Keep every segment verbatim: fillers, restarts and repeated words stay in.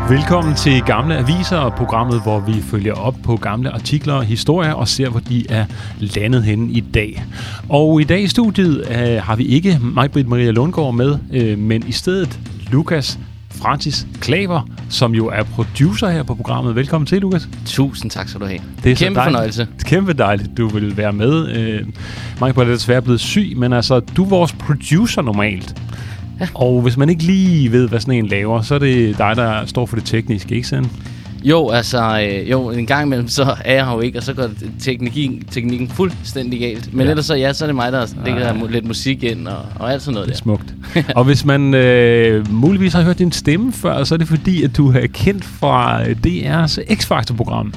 Velkommen til Gamle Aviser, og programmet, hvor vi følger op på gamle artikler og historier og ser, hvor de er landet henne i dag. Og i dag i studiet øh, har vi ikke Maj-Britt Maria Lundgaard med, øh, men i stedet Lukas Francis Klaver, som jo er producer her på programmet. Velkommen til, Lukas. Tusind tak skal du have. Det er kæmpe fornøjelse. Kæmpe dejligt, du vil være med. Øh, Maj-Britt er desværre blevet syg, men altså, du er vores producer normalt. Ja. Og hvis man ikke lige ved, hvad sådan en laver, så er det dig, der står for det tekniske, ikke sådan? Jo, altså, øh, jo, en gang imellem, så er jeg jo ikke, og så går teknikken, teknikken fuldstændig galt. Men ja. ellers så, ja, så er det mig, der lægger ja. lidt musik ind og, og alt sådan noget der. Det er smukt. Og hvis man øh, muligvis har hørt din stemme før, så er det fordi, at du er kendt fra D R's X-Factor-program.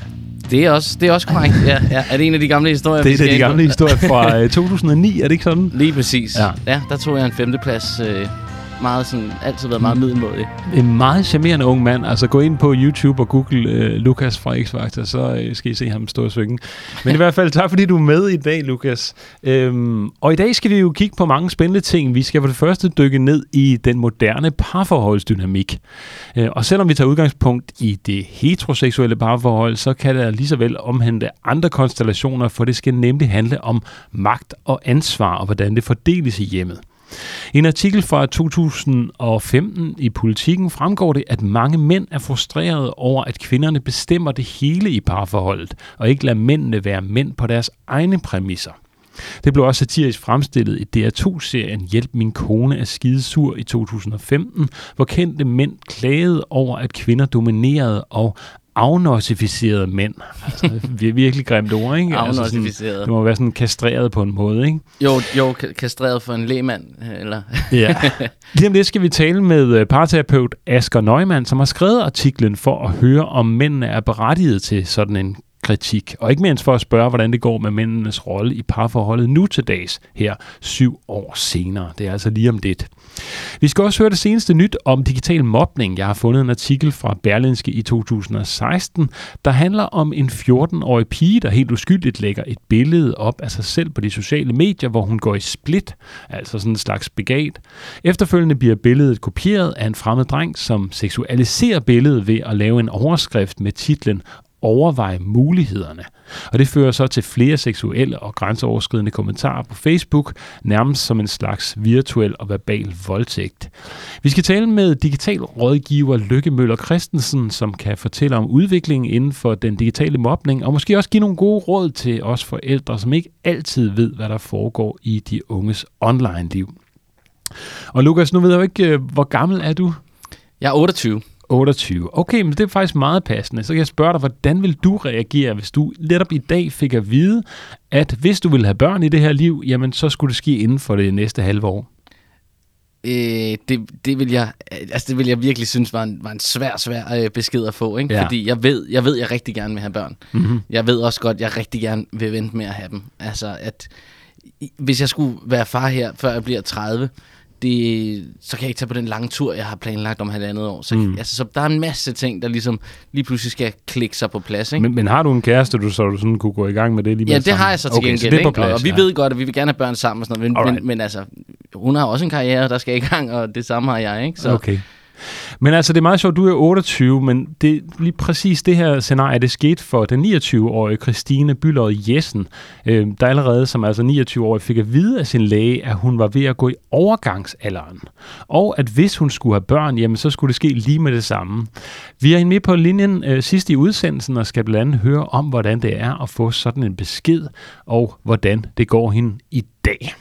Det er også, det er også korrekt. Ja, ja. Er det en af de gamle historier? Det er de gamle historier fra to tusind og ni, er det ikke sådan? Lige præcis. Ja, ja, der tog jeg en femteplads. Øh, meget sådan, altid været meget middelmådig. En meget charmerende ung mand. Altså gå ind på YouTube og google øh, Lukas fra X-Factor, så øh, skal I se ham stå og synge. Men i hvert fald tak, fordi du er med i dag, Lukas. Øhm, og i dag skal vi jo kigge på mange spændende ting. Vi skal for det første dykke ned i den moderne parforholdsdynamik. Øh, og selvom vi tager udgangspunkt i det heteroseksuelle parforhold, så kan det lige så vel omhandle andre konstellationer, for det skal nemlig handle om magt og ansvar, og hvordan det fordeles i hjemmet. I en artikel fra to tusind og femten i Politiken fremgår det, at mange mænd er frustrerede over, at kvinderne bestemmer det hele i parforholdet, og ikke lader mændene være mænd på deres egne præmisser. Det blev også satirisk fremstillet i D R to-serien Hjælp min kone er skidesur i to tusind og femten, hvor kendte mænd klagede over, at kvinder dominerede og afnossificerede mænd. Altså, det er virkelig grimt ord, ikke? Afnossificerede. Altså det må være sådan kastreret på en måde, ikke? Jo, jo kastreret for en lægmand, eller? Ja. Lige om det skal vi tale med parterapeut Asger Neumann, som har skrevet artiklen for at høre, om mændene er berettiget til sådan en kritik, og ikke mindst for at spørge, hvordan det går med mændenes rolle i parforholdet nu til dags, her syv år senere. Det er altså lige om lidt. Vi skal også høre det seneste nyt om digital mobning. Jeg har fundet en artikel fra Berlingske i to tusind og seksten, der handler om en fjorten-årig pige, der helt uskyldigt lægger et billede op af sig selv på de sociale medier, hvor hun går i split, altså sådan en slags begat. Efterfølgende bliver billedet kopieret af en fremmed dreng, som seksualiserer billedet ved at lave en overskrift med titlen overveje mulighederne. Og det fører så til flere seksuelle og grænseoverskridende kommentarer på Facebook, nærmest som en slags virtuel og verbal voldtægt. Vi skal tale med digital rådgiver Lykke Møller Christensen, som kan fortælle om udviklingen inden for den digitale mobning, og måske også give nogle gode råd til os forældre, som ikke altid ved, hvad der foregår i de unges online-liv. Og Lukas, nu ved jeg jo ikke, hvor gammel er du? Jeg er otteogtyve. otteogtyve. Okay, men det er faktisk meget passende. Så kan jeg spørge dig, hvordan vil du reagere, hvis du netop i dag fik at vide, at hvis du vil have børn i det her liv, jamen så skulle det ske inden for det næste halve år? Øh, det, det, vil jeg, altså det vil jeg virkelig synes var en, var en svær, svær øh, besked at få, ikke? Ja. Fordi jeg ved, jeg ved, jeg rigtig gerne vil have børn. Mm-hmm. Jeg ved også godt, jeg rigtig gerne vil vente med at have dem. Altså, at hvis jeg skulle være far her, før jeg bliver tredive, Det, så kan jeg ikke tage på den lange tur, jeg har planlagt om halvandet år. Så, mm. altså, så der er en masse ting, der ligesom lige pludselig skal klikke sig på plads. Ikke? Men, men har du en kæreste, du, så du sådan kunne gå i gang med det lige med? Ja, det sammen? Har jeg så til okay, gengæld. Så det er på plads, og, og vi ja. ved godt, at vi vil gerne have børn sammen og sådan noget. Men, men, men altså, hun har også en karriere, der skal i gang, og det samme har jeg. Ikke? Så. Okay. Men altså, det er meget sjovt, du er otteogtyve, men det, lige præcis det her scenarie, det skete for den niogtyve-årige Christine Bylod Jessen, øh, der allerede som altså niogtyve-årig fik at vide af sin læge, at hun var ved at gå i overgangsalderen. Og at hvis hun skulle have børn, jamen, så skulle det ske lige med det samme. Vi er inde med på linjen øh, sidst i udsendelsen, og skal blandt andet høre om, hvordan det er at få sådan en besked, og hvordan det går hende i dag.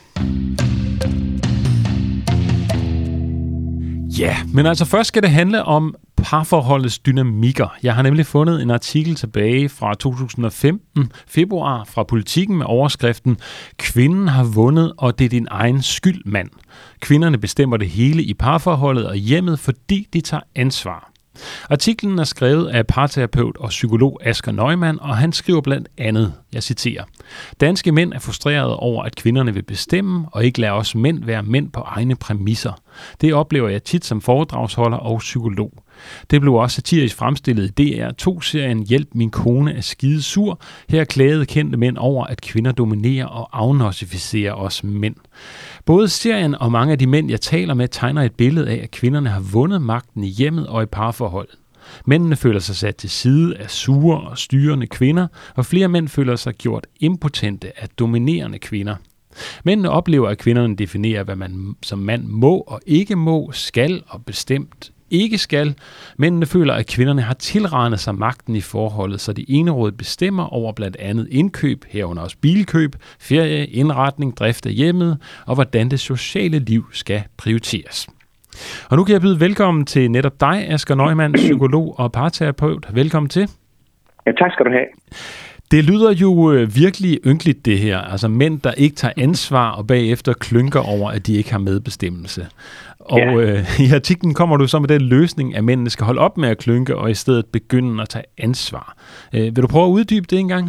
Ja, men altså først skal det handle om parforholdets dynamikker. Jeg har nemlig fundet en artikel tilbage fra to tusind og femten, februar, fra Politiken med overskriften Kvinden har vundet, og det er din egen skyld, mand. Kvinderne bestemmer det hele i parforholdet og hjemmet, fordi de tager ansvar. Artiklen er skrevet af parterapeut og psykolog Asger Neumann, og han skriver blandt andet, jeg citerer, danske mænd er frustrerede over, at kvinderne vil bestemme, og ikke lade os mænd være mænd på egne præmisser. Det oplever jeg tit som foredragsholder og psykolog. Det blev også satirisk fremstillet i D R to-serien Hjælp, min kone er skide sur. Her klagede kendte mænd over, at kvinder dominerer og afnossificerer os mænd. Både serien og mange af de mænd, jeg taler med, tegner et billede af, at kvinderne har vundet magten i hjemmet og i parforholdet. Mændene føler sig sat til side af sure og styrende kvinder, og flere mænd føler sig gjort impotente af dominerende kvinder. Mændene oplever, at kvinderne definerer, hvad man som mand må og ikke må, skal og bestemt ikke skal. Mændene føler, at kvinderne har tilranet sig magten i forholdet, så de enerådigt bestemmer over blandt andet indkøb, herunder også bilkøb, ferie, indretning, drift af hjemmet og hvordan det sociale liv skal prioriteres. Og nu kan jeg byde velkommen til netop dig, Asger Neumann, psykolog og parterapeut. Velkommen til. Ja, tak skal du have. Det lyder jo virkelig ynkeligt, det her. Altså mænd, der ikke tager ansvar og bagefter klynker over, at de ikke har medbestemmelse. Og ja. øh, i artiklen kommer du så med den løsning, at mændene skal holde op med at klynke og i stedet begynde at tage ansvar. Øh, vil du prøve at uddybe det en gang?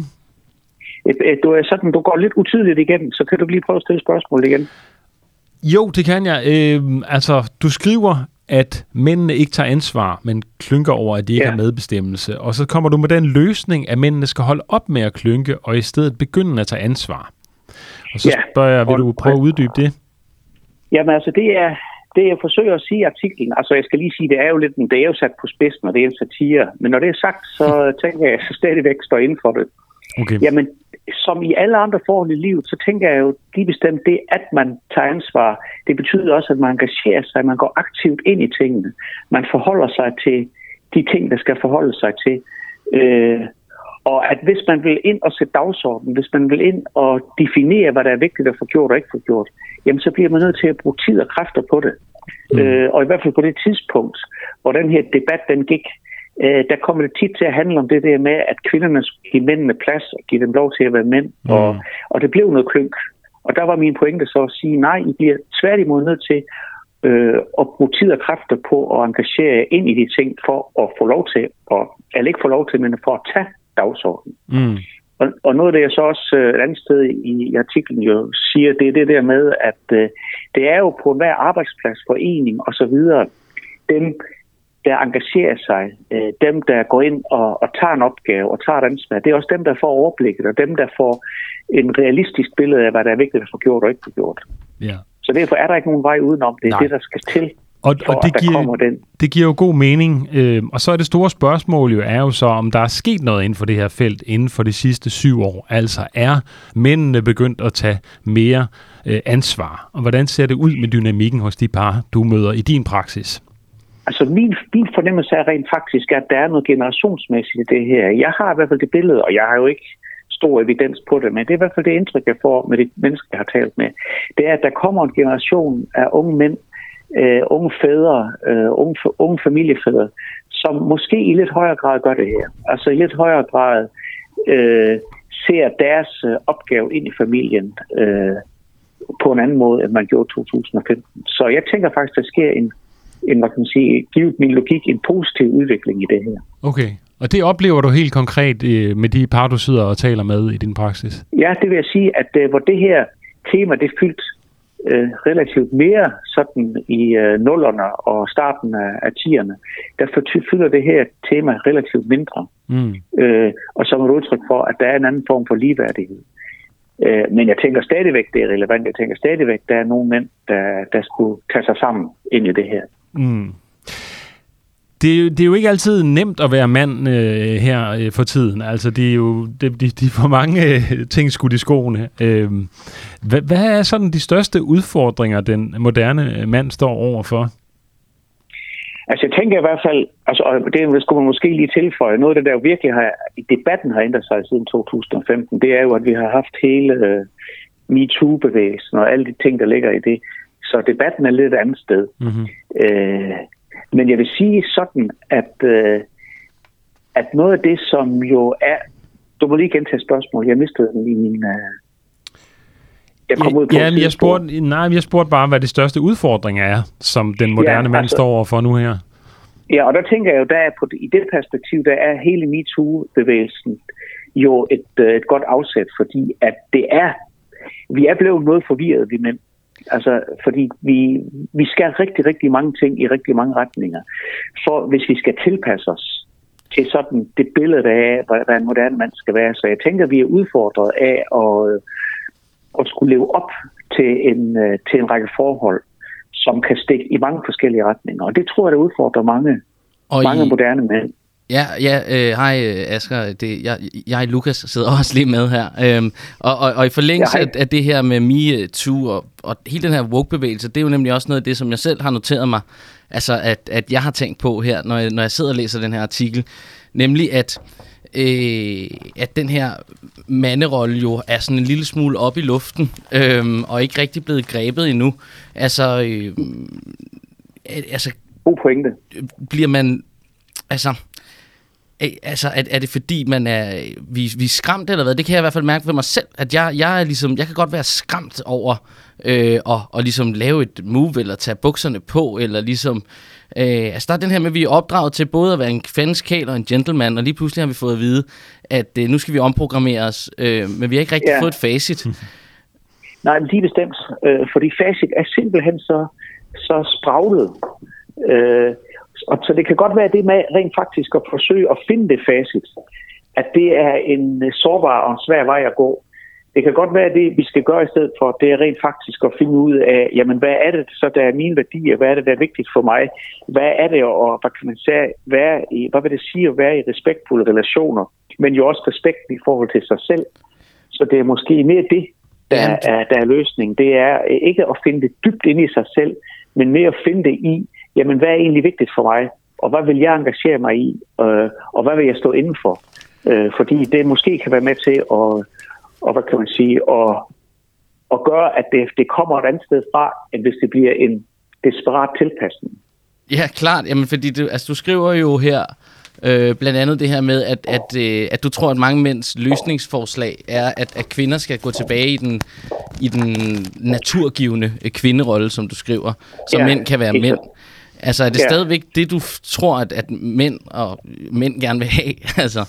Du er sådan, du går lidt utydeligt igen, så kan du lige prøve at stille spørgsmål igen. Jo, det kan jeg. Øh, altså, du skriver, at mændene ikke tager ansvar, men klynker over, at de ikke ja. har medbestemmelse. Og så kommer du med den løsning, at mændene skal holde op med at klynke, og i stedet begynde at tage ansvar. Og så ja. spørger jeg, vil du prøve at uddybe det? Jamen altså, det er det, jeg forsøger at sige i artiklen. Altså, jeg skal lige sige, det er jo lidt, det er jo sat på spidsen, og det er en satire. Men når det er sagt, så tænker jeg, at jeg stadigvæk står inden for det. Okay. Jamen, som i alle andre forhold i livet, så tænker jeg jo lige bestemt det, at man tager ansvar. Det betyder også, at man engagerer sig, man går aktivt ind i tingene. Man forholder sig til de ting, der skal forholde sig til. Øh, og at hvis man vil ind og sætte dagsordenen, hvis man vil ind og definere, hvad der er vigtigt at få gjort og ikke få gjort, jamen så bliver man nødt til at bruge tid og kræfter på det. Mm. Øh, og i hvert fald på det tidspunkt, hvor den her debat, den gik, Øh, der kommer det tit til at handle om det der med, at kvinderne skulle give mændene plads og give dem lov til at være mænd. Mm. Og, og det blev noget klynk. Og der var min pointe så at sige, nej, I bliver tværtimod nødt til øh, at bruge tid og kræfter på at engagere jer ind i de ting for at få lov til, og, eller ikke få lov til, men for at tage dagsordenen. Mm. Og, og noget af det, jeg så også et andet sted i, i artiklen jo siger, det er det der med, at øh, det er jo på hver arbejdsplads, forening og så videre, dem der engagerer sig, øh, dem, der går ind og, og tager en opgave og tager et ansvar, det er også dem, der får overblikket, og dem, der får en realistisk billede af, hvad der er vigtigt at få gjort og ikke få gjort. Ja. Så derfor er der ikke nogen vej udenom. Det er Nej. det, der skal til, og, for og det at giver, der kommer den. Det giver jo god mening. Øh, og så er det store spørgsmål jo, er jo så, om der er sket noget inden for det her felt inden for de sidste syv år. Altså er mændene begyndt at tage mere øh, ansvar? Og hvordan ser det ud med dynamikken hos de par, du møder i din praksis? Altså min, min fornemmelse er rent faktisk, at der er noget generationsmæssigt i det her. Jeg har i hvert fald det billede, og jeg har jo ikke stor evidens på det, men det er i hvert fald det indtryk, jeg får med de mennesker, jeg har talt med. Det er, at der kommer en generation af unge mænd, uh, unge fædre, uh, unge, unge familiefædre, som måske i lidt højere grad gør det her. Altså i lidt højere grad uh, ser deres uh, opgave ind i familien uh, på en anden måde, end man gjorde i to tusind og femten. Så jeg tænker faktisk, der sker en en, hvad kan man sige, givet min logik, en positiv udvikling i det her. Okay, og det oplever du helt konkret øh, med de par, du sidder og taler med i din praksis? Ja, det vil jeg sige, at øh, hvor det her tema, det fyldt øh, relativt mere sådan i øh, nullerne og starten af, af tierne, der fylder det her tema relativt mindre. Mm. Øh, og som et udtryk for, at der er en anden form for ligeværdighed. Øh, men jeg tænker stadigvæk, det er relevant. Jeg tænker stadigvæk, der er nogle mænd, der, der skulle tage sig sammen ind i det her. Mm. Det, det er jo ikke altid nemt at være mand øh, her øh, for tiden. Altså, det er jo det, de, de får mange øh, ting skudt i skoene. Øh, hvad, hvad er sådan de største udfordringer, den moderne mand står overfor? Altså, jeg tænker i hvert fald, altså, og det skulle man måske lige tilføje, noget af det, der virkelig har, debatten har ændret sig siden to tusind og femten, det er jo, at vi har haft hele øh, MeToo-bevægelsen og alle de ting, der ligger i det. Så debatten er lidt et andet sted. Mm-hmm. Øh, men jeg vil sige sådan, at, øh, at noget af det, som jo er... Du må lige gentage spørgsmål. Jeg mistede den i min... Øh, jeg kom ud på ja, jeg spurgte, nej, jeg spurgte bare, hvad de største udfordringer er, som den moderne ja, mand altså, står overfor nu her. Ja, og der tænker jeg jo, der er på, i det perspektiv, der er hele MeToo-bevægelsen jo et, et godt afsæt, fordi at det er... Vi er blevet noget forvirret, vi mænd. Altså, fordi vi, vi skal rigtig, rigtig mange ting i rigtig mange retninger. For hvis vi skal tilpasse os til sådan det billede, der er, hvad en moderne mand skal være. Så jeg tænker, at vi er udfordret af at, at skulle leve op til en, til en række forhold, som kan stikke i mange forskellige retninger. Og det tror jeg, der udfordrer mange, mange I... moderne mænd. Ja, ja, øh, hej Asger, det, jeg, jeg Lukas sidder også lige med her, øhm, og, og, og i forlængelse ja, af, af det her med MeToo og, og hele den her woke-bevægelse, det er jo nemlig også noget af det, som jeg selv har noteret mig, altså at, at jeg har tænkt på her, når jeg, når jeg sidder og læser den her artikel, nemlig at, øh, at den her manderolle jo er sådan en lille smule op i luften, øhm, og ikke rigtig blevet grebet endnu. Altså, øh, altså god pointe. Bliver man, altså... Altså, er, er det fordi, man er, vi, vi er skræmt eller hvad? Det kan jeg i hvert fald mærke ved mig selv, at jeg, jeg er ligesom, jeg kan godt være skræmt over øh, at, at ligesom lave et move, eller tage bukserne på, eller ligesom, øh, altså der er den her med, at vi er opdraget til både at være en fanskæl og en gentleman, og lige pludselig har vi fået at vide, at øh, nu skal vi omprogrammere os, øh, men vi har ikke rigtig ja. fået et facit. Nej, men de er bestemt, øh, fordi facit er simpelthen så, så spraglet, øh, og så det kan godt være det med rent faktisk at forsøge at finde det facit, at det er en sårbar og en svær vej at gå. Det kan godt være det, vi skal gøre i stedet for, det er rent faktisk at finde ud af, jamen hvad er det så, der er mine værdier, hvad er det, der er vigtigt for mig, hvad er det, og hvad kan man sige, være i, hvad vil det sige at være i respektfulde relationer, men jo også respekt i forhold til sig selv. Så det er måske mere det, der er, der er løsningen. Det er ikke at finde det dybt inde i sig selv, men mere at finde det i, jamen, hvad er egentlig vigtigt for mig? Og hvad vil jeg engagere mig i? Øh, og hvad vil jeg stå inden for? Øh, fordi det måske kan være med til at, og hvad kan man sige, at, at gøre, at det, det kommer et andet sted fra, end hvis det bliver en desperat tilpasning. Ja, klart. Jamen, fordi du, altså, du skriver jo her, øh, blandt andet det her med, at, at, øh, at du tror, at mange mænds løsningsforslag er, at, at kvinder skal gå tilbage i den, i den naturgivende kvinderolle, som du skriver, så ja, mænd kan være mænd. Altså, er det ja. stadigvæk det, du tror, at, at mænd og mænd gerne vil have? Altså,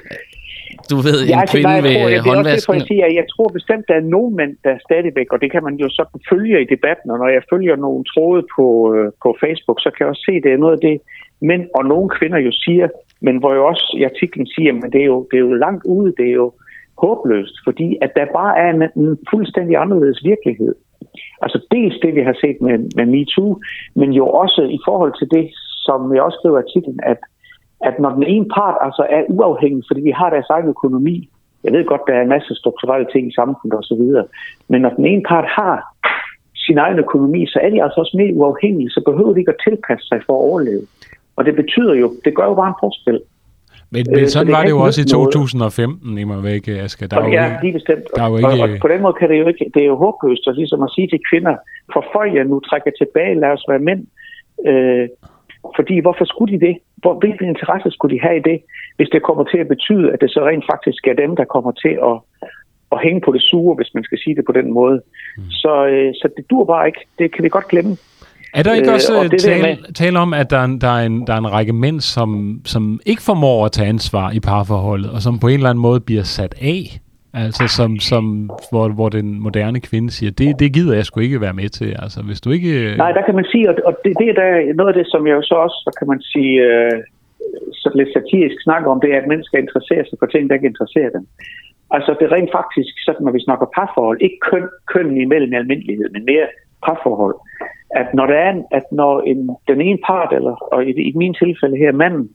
du ved, ja, en altså, kvinde ved håndvasken. Jeg, jeg tror bestemt, der er nogle mænd, der er stadigvæk, og det kan man jo så følge i debatten, og når jeg følger nogle tråde på, på Facebook, så kan jeg også se, at det er noget af det, mænd og nogle kvinder jo siger, men hvor jo også i artiklen siger, men det er jo, det er jo langt ude, det er jo håbløst, fordi at der bare er en, en fuldstændig anderledes virkelighed. Altså dels det, vi har set med, med MeToo, men jo også i forhold til det, som jeg også skriver i artiklen, at, at når den ene part altså er uafhængig, fordi vi har deres egen økonomi, jeg ved godt, der er en masse strukturelle ting i samfundet osv., men når den ene part har sin egen økonomi, så er de altså også mere uafhængige, så behøver de ikke at tilpasse sig for at overleve. Og det betyder jo, det gør jo bare en forskel. Men, men sådan det var det jo også i to tusind og femten, i mig væk, Asger. Der er ja, jo lige bestemt. Der er jo ikke... og, og på den måde kan det jo ikke, det er jo håbløst, og ligesom at sige til kvinder, forføj jer nu, trækker tilbage, lad os være mænd. Øh, fordi hvorfor skulle de det? Hvor, hvilken interesse skulle de have i det, hvis det kommer til at betyde, at det så rent faktisk er dem, der kommer til at, at hænge på det sure, hvis man skal sige det på den måde. Mm. Så, øh, så det dur bare ikke. Det kan vi godt glemme. Er der ikke også øh, tale, tale om, at der er, en, der, er en, der er en række mænd, som, som ikke formår at tage ansvar i parforholdet, og som på en eller anden måde bliver sat af? Altså, som, som, hvor, hvor den moderne kvinde siger, det, det gider jeg sgu ikke være med til. Altså, hvis du ikke... Nej, der kan man sige, og det, det er der noget af det, som jeg jo så også, så kan man sige, øh, så lidt satirisk snakker om, det er, at mennesker interesserer sig for ting, der ikke interesserer dem. Altså, det er rent faktisk, sådan, når vi snakker parforhold, ikke køn, køn imellem almindelighed, men mere parforhold. At når der er en, at når en, den ene part, eller og i, i min tilfælde her, manden,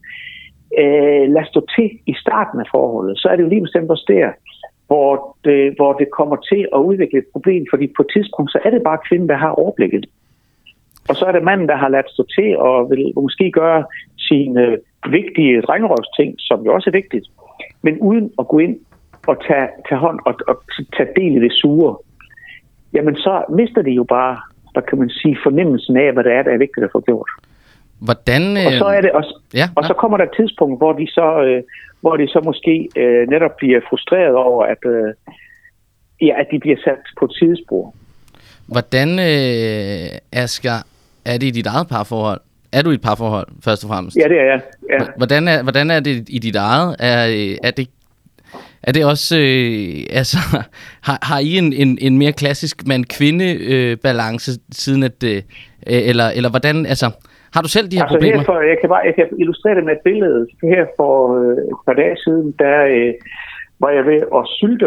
øh, lader stå til i starten af forholdet, så er det jo lige bestemt også der, hvor det, hvor det kommer til at udvikle et problem, fordi på et tidspunkt, så er det bare kvinden, der har overblikket. Og så er det manden, der har ladet stå til, og vil måske gøre sine øh, vigtige drengerøvsting, som jo også er vigtigt, men uden at gå ind og tage, tage hånd og, og tage del i det sure, jamen så mister de jo bare, hvad kan man sige, fornemmelsen af, hvad det er, der er vigtigt at få gjort. Hvordan, øh... Og så er det også, ja, og så kommer der et tidspunkt, hvor de så, øh, hvor de så måske øh, netop bliver frustreret over, at, øh, ja, at de bliver sat på et sidespor. Hvordan, øh, Asger, er det i dit eget parforhold? Er du i et parforhold, først og fremmest? Ja, det er jeg. Ja. Hvordan er, hvordan er det i dit eget? Er, er det, er det også, øh, altså, har, har I en, en, en mere klassisk mand-kvinde-balance øh, siden at, øh, eller, eller hvordan, altså, har du selv de her altså problemer? Her for, jeg, kan bare, jeg kan illustrere det med et billede. Her for øh, et par dage siden, der øh, var jeg ved at sylte.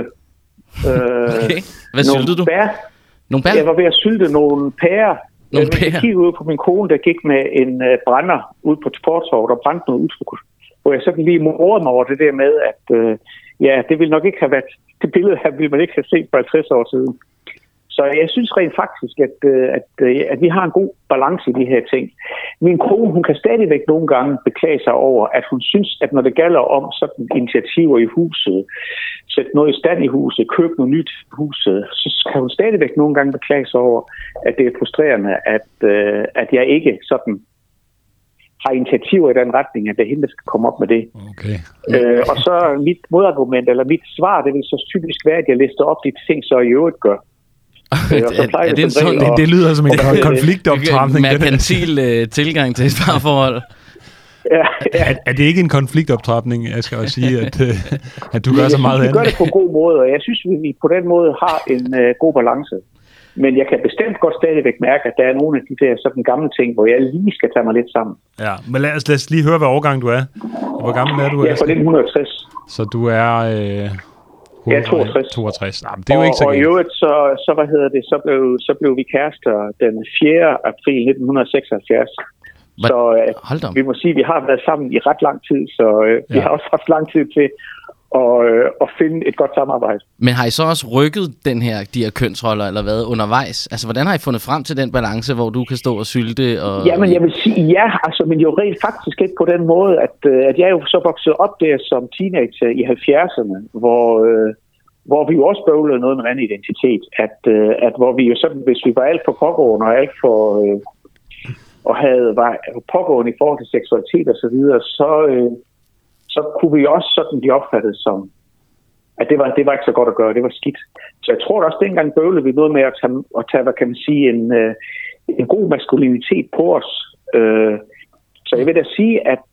Øh, okay, hvad syltede du? Bær. Nogle bær? Jeg var ved at sylte nogle pærer. Nogle jeg kiggede ud på min kone, der gik med en øh, brænder ud på sportstorvet og brændte noget utrugt. Hvor jeg sådan lige morede mig over det der med, at øh, ja, det ville nok ikke have været, det billede her ville man ikke have set for halvtreds år siden. Så jeg synes rent faktisk, at, at, at vi har en god balance i de her ting. Min kone, hun kan stadigvæk nogle gange beklage sig over, at hun synes, at når det gælder om sådan initiativer i huset, sætte noget i stand i huset, købe noget nyt i huset, så kan hun stadigvæk nogle gange beklage sig over, at det er frustrerende, at, at jeg ikke sådan har initiativer i den retning, at det er hende, der skal komme op med det. Okay. Øh, og så mit modargument, eller mit svar, det vil så typisk være, at jeg lister op de ting, så i øvrigt gør. Øh, er, er det, en sådan, det, det lyder som en konfliktoptrapning. En merkantil uh, tilgang til et parforhold. Ja, ja. Er, er det ikke en konfliktoptrapning, jeg skal også sige, at, uh, at du gør jeg så meget andet? andet? Vi gør det på en god måde, og jeg synes, vi på den måde har en uh, god balance. Men jeg kan bestemt godt stadigvæk mærke, at der er nogle af de der sådan gamle ting, hvor jeg lige skal tage mig lidt sammen. Ja, men lad os, lad os lige høre, hvad årgang du er. Hvor gammel er du? Jeg er fra nitten tres. Så du er... Øh, jeg er toogtres. toogtres. Nej, men det er jo og, ikke så og i øvrigt, så, så, hvad hedder det, så blev, så blev vi kærester den fjerde april nitten seksoghalvfjerds. Hvad? Så øh, vi må sige, at vi har været sammen i ret lang tid, så øh, vi ja. har også haft lang tid til og, øh, at finde et godt samarbejde. Men har I så også rykket den her, de her kønsroller, eller hvad, undervejs? Altså, hvordan har I fundet frem til den balance, hvor du kan stå og sylte? Og... Jamen, jeg vil sige ja, altså, men jo rent faktisk ikke på den måde, at, at jeg jo så voksede op der som teenager i halvfjerdserne, hvor, øh, hvor vi jo også bøvlede noget med anden identitet. At, øh, at hvor vi jo sådan, hvis vi var alt for pågående og alt for... Øh, og havde var pågående i forhold til seksualitet og så videre, så... Øh, så kunne vi også sådan blive opfattet som, at det var, det var ikke så godt at gøre, det var skidt. Så jeg tror også, dengang bøvlede vi noget med at tage, at tage hvad kan man sige, en, en god maskulinitet på os. Så jeg vil da sige, at,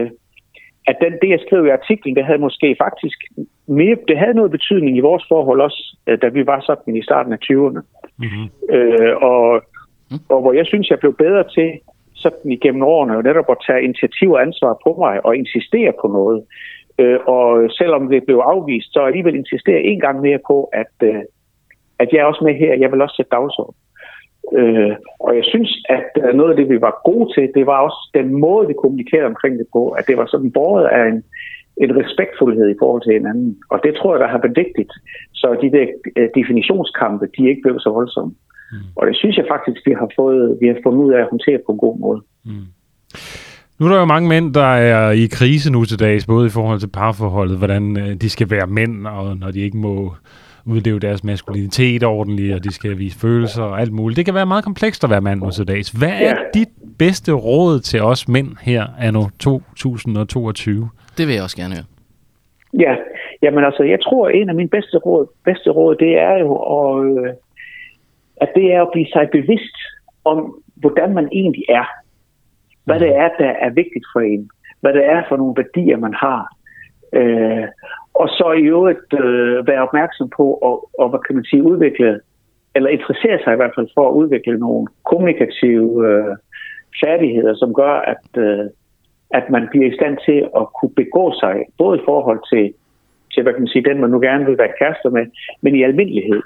at den, det, jeg skrev i artiklen, det havde måske faktisk mere, det havde noget betydning i vores forhold også, da vi var sådan i starten af tyverne. Mm-hmm. Og, og hvor jeg synes, jeg blev bedre til, sådan igennem årene, jo netop at tage initiativ og ansvar på mig og insistere på noget. Øh, og selvom det blev afvist, så alligevel insistere en gang mere på, at, øh, at jeg er også med her, jeg vil også sætte dagsorden. Øh, og jeg synes, at noget af det, vi var gode til, det var også den måde, vi kommunikerede omkring det på, at det var sådan båret af en, en respektfuldhed i forhold til hinanden. Og det tror jeg, der har været vigtigt. Så de der øh, definitionskampe, de er ikke blevet så voldsomme. Mm. Og det synes jeg faktisk, vi har fået, vi har fundet ud af at håndtere på en god måde. Mm. Nu er der jo mange mænd, der er i krise nu til dags, både i forhold til parforholdet, hvordan øh, de skal være mænd, og når de ikke må udleve deres maskulinitet ordentligt, og de skal vise følelser og alt muligt. Det kan være meget komplekst at være mand nu til dags. Hvad er ja. dit bedste råd til os mænd her anno to tusind og toogtyve? Det vil jeg også gerne høre. Ja, jamen altså, jeg tror, en af mine bedste råd, bedste råd det er jo at... Øh, at det er at blive sig bevidst om, hvordan man egentlig er. Hvad det er, der er vigtigt for en. Hvad det er for nogle værdier, man har. Øh, og så i øvrigt øh, være opmærksom på, og, og hvad kan man sige, udvikle, eller interessere sig i hvert fald for at udvikle nogle kommunikative øh, færdigheder, som gør, at, øh, at man bliver i stand til at kunne begå sig, både i forhold til, til hvad kan man sige, den man nu gerne vil være kærester med, men i almindelighed.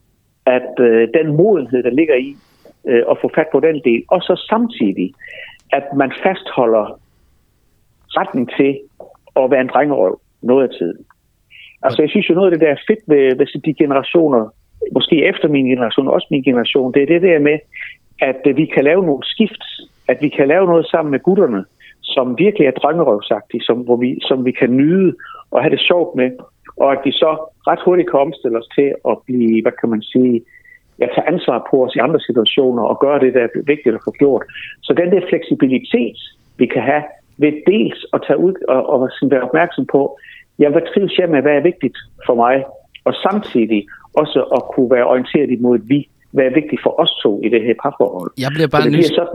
At øh, den modenhed, der ligger i øh, at få fat på den del, og så samtidig, at man fastholder retning til at være en drengerøv noget af tiden. Altså jeg synes jo noget af det, der er fedt ved, ved de generationer, måske efter min generation, også min generation, det er det der med, at øh, vi kan lave nogle skift, at vi kan lave noget sammen med gutterne, som virkelig er drengerøvsagtige, som, hvor vi, som vi kan nyde og have det sjovt med, og at vi så ret hurtigt kan omstille os til at blive, hvad kan man sige, at tage ansvar på os i andre situationer og gøre det, der er vigtigt at få gjort. Så den der fleksibilitet, vi kan have ved dels at tage ud og, og være opmærksom på, ja, hvad trives jeg med, hvad er vigtigt for mig, og samtidig også at kunne være orienteret imod et vi, hvad er vigtigt for os to i det her parforhold. Jeg bliver bare det nys- sådan en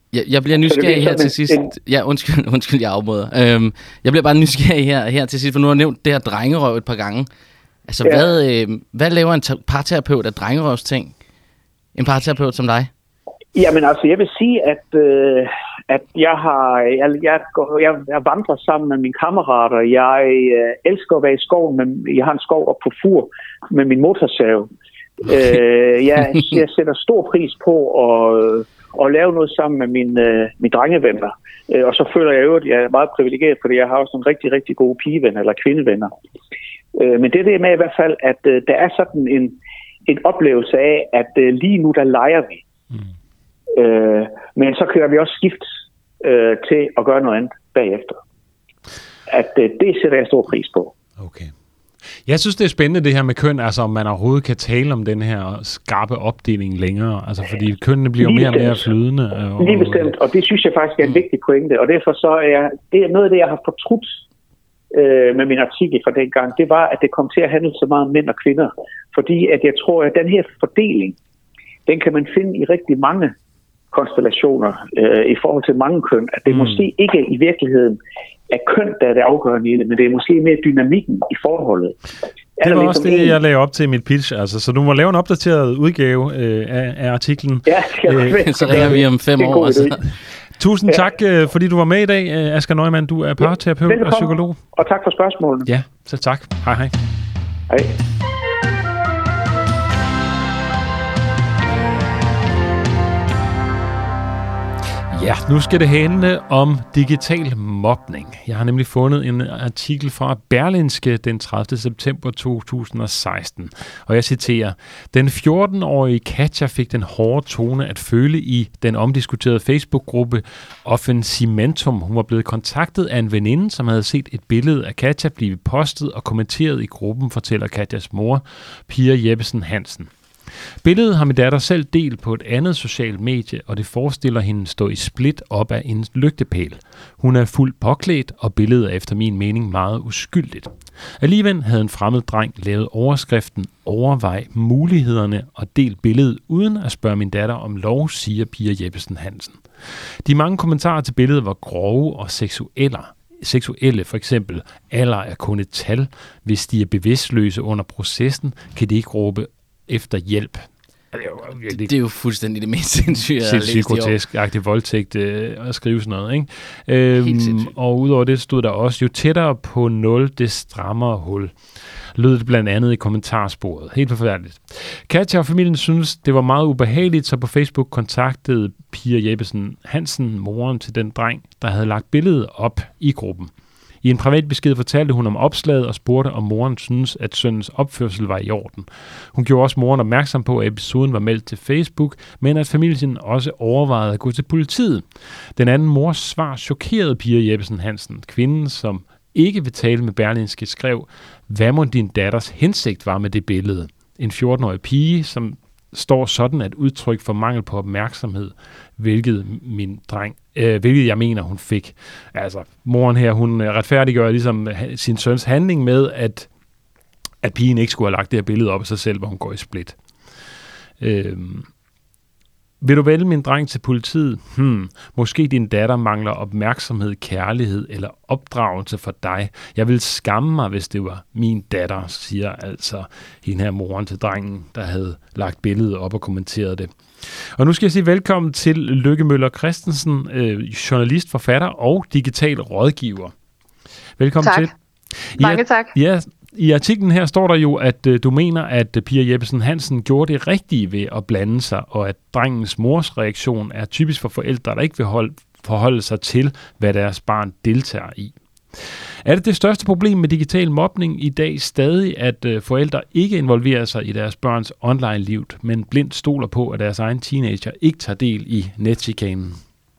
Jeg, jeg bliver nysgerrig her til sidst. Ja, undskyld, undskyld, jeg afbryder. Øhm, jeg bliver bare nysgerrig her, her til sidst, for nu har jeg nævnt det her drengerøv et par gange. Altså, ja. hvad, øh, hvad laver en t- parterapeut af drengerøvsting? En parterapeut som dig? Jamen altså, jeg vil sige, at, øh, at jeg har jeg, jeg, jeg, jeg vandrer sammen med mine kammerater. Jeg øh, elsker at være i skoven, men jeg har en skov op på Fur med min motorsav. øh, jeg, jeg sætter stor pris på at, at lave noget sammen med mine, øh, mine drengevenner. Øh, og så føler jeg jo, at jeg er meget privilegeret, fordi jeg har også nogle rigtig, rigtig gode pigevenner eller kvindevenner. Øh, men det er det med i hvert fald, at øh, der er sådan en, en oplevelse af, at øh, lige nu der leger vi. Mm. Øh, men så kører vi også skift øh, til at gøre noget andet bagefter. At øh, det sætter jeg stor pris på. Okay. Jeg synes, det er spændende det her med køn, altså om man overhovedet kan tale om den her skarpe opdeling længere, altså fordi kønnene bliver mere og mere flydende. Og, Lige bestemt, og det synes jeg faktisk er en mm. vigtig pointe, og derfor så er jeg, det er noget af det, jeg har fortrudt øh, med min artikel fra dengang, det var, at det kom til at handle så meget om mænd og kvinder, fordi at jeg tror, at den her fordeling, den kan man finde i rigtig mange konstellationer øh, i forhold til mange køn, at det mm. måske ikke i virkeligheden er køn, der er det afgørende i det, men det er måske mere dynamikken i forholdet. Er det var også det, en... jeg lagde op til mit pitch, altså, så du må lave en opdateret udgave øh, af, af artiklen. Ja, øh, så ringer vi om fem år. Altså. Tusind ja. tak, øh, fordi du var med i dag, Asger Neumann. Du er parterapeut ja, og psykolog. Og tak for spørgsmålene. Ja, selv tak. Hej hej. Hej. Ja, nu skal det handle om digital mobning. Jeg har nemlig fundet en artikel fra Berlingske den tredivte september to tusind og seksten, og jeg citerer: Den fjorten-årige Katja fik den hårde tone at føle i den omdiskuterede Facebook-gruppe Offensimentum. Hun var blevet kontaktet af en veninde, som havde set et billede af Katja blive postet og kommenteret i gruppen, fortæller Katjas mor, Pia Jeppesen Hansen. Billedet har min datter selv delt på et andet socialt medie, og det forestiller hende stå i split op af en lygtepæl. Hun er fuldt påklædt, og billedet er efter min mening meget uskyldigt. Alligevel havde en fremmed dreng lavet overskriften "Overvej mulighederne" og delt billedet uden at spørge min datter om lov, siger Pia Jeppesen Hansen. De mange kommentarer til billedet var grove og seksuelle. Seksuelle, for eksempel: alder er kun et tal. Hvis de er bevidstløse under processen, kan de ikke råbe efter hjælp. Det er jo, det, det er jo fuldstændig det mest sindssyge. Sindssygt grotesk-agtig voldtægt øh, at skrive sådan noget, ikke? Øhm, og udover det stod der også: jo tættere på nul, det strammere hul. Lød det blandt andet i kommentarsporet. Helt forfærdeligt. Katja og familien synes, det var meget ubehageligt, så på Facebook kontaktede Pia Jeppesen Hansen moren til den dreng, der havde lagt billedet op i gruppen. I en privat besked fortalte hun om opslaget og spurgte, om moren synes, at sønnens opførsel var i orden. Hun gjorde også moren opmærksom på, at episoden var meldt til Facebook, men at familien også overvejede at gå til politiet. Den anden mors svar chokerede Pia Jeppesen Hansen. Kvinden, som ikke vil tale med Berlingske, skrev: hvad må din datters hensigt var med det billede? En fjorten-årig pige, som står sådan et udtryk for mangel på opmærksomhed, hvilket min dreng, øh, hvilket jeg mener, hun fik. Altså, moren her, hun retfærdiggør ligesom sin søns handling med, at, at pigen ikke skulle have lagt det her billede op af sig selv, hvor hun går i split. Øh, Vil du vælge min dreng til politiet? Hmm, måske din datter mangler opmærksomhed, kærlighed eller opdragelse for dig. Jeg vil skamme mig, hvis det var min datter, siger altså hende her moren til drengen, der havde lagt billedet op og kommenteret det. Og nu skal jeg sige velkommen til Lykke Møller Christensen, øh, journalist, forfatter og digital rådgiver. Velkommen tak. til. Mange tak. Ja, i artiklen her står der jo, at øh, du mener, at øh, Pia Jeppesen Hansen gjorde det rigtige ved at blande sig, og at drengens mors reaktion er typisk for forældre, der ikke vil holde, forholde sig til, hvad deres barn deltager i. Er det det største problem med digital mobning i dag stadig, at øh, forældre ikke involverer sig i deres børns online-liv, men blindt stoler på, at deres egen teenager ikke tager del i netchikanen?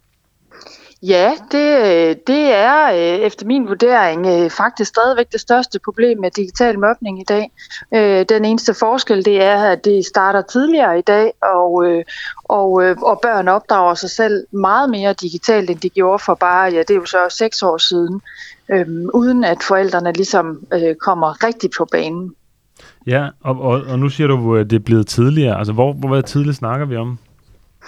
Ja, det, det er efter min vurdering faktisk stadigvæk det største problem med digital mobning i dag. Den eneste forskel, det er, at det starter tidligere i dag, og, og, og børn opdrager sig selv meget mere digitalt, end de gjorde for bare, ja, det er jo så seks år siden, øhm, uden at forældrene ligesom øh, kommer rigtigt på banen. Ja, og, og, og nu siger du, at det er blevet tidligere. Altså, hvor, hvor tidligt snakker vi om?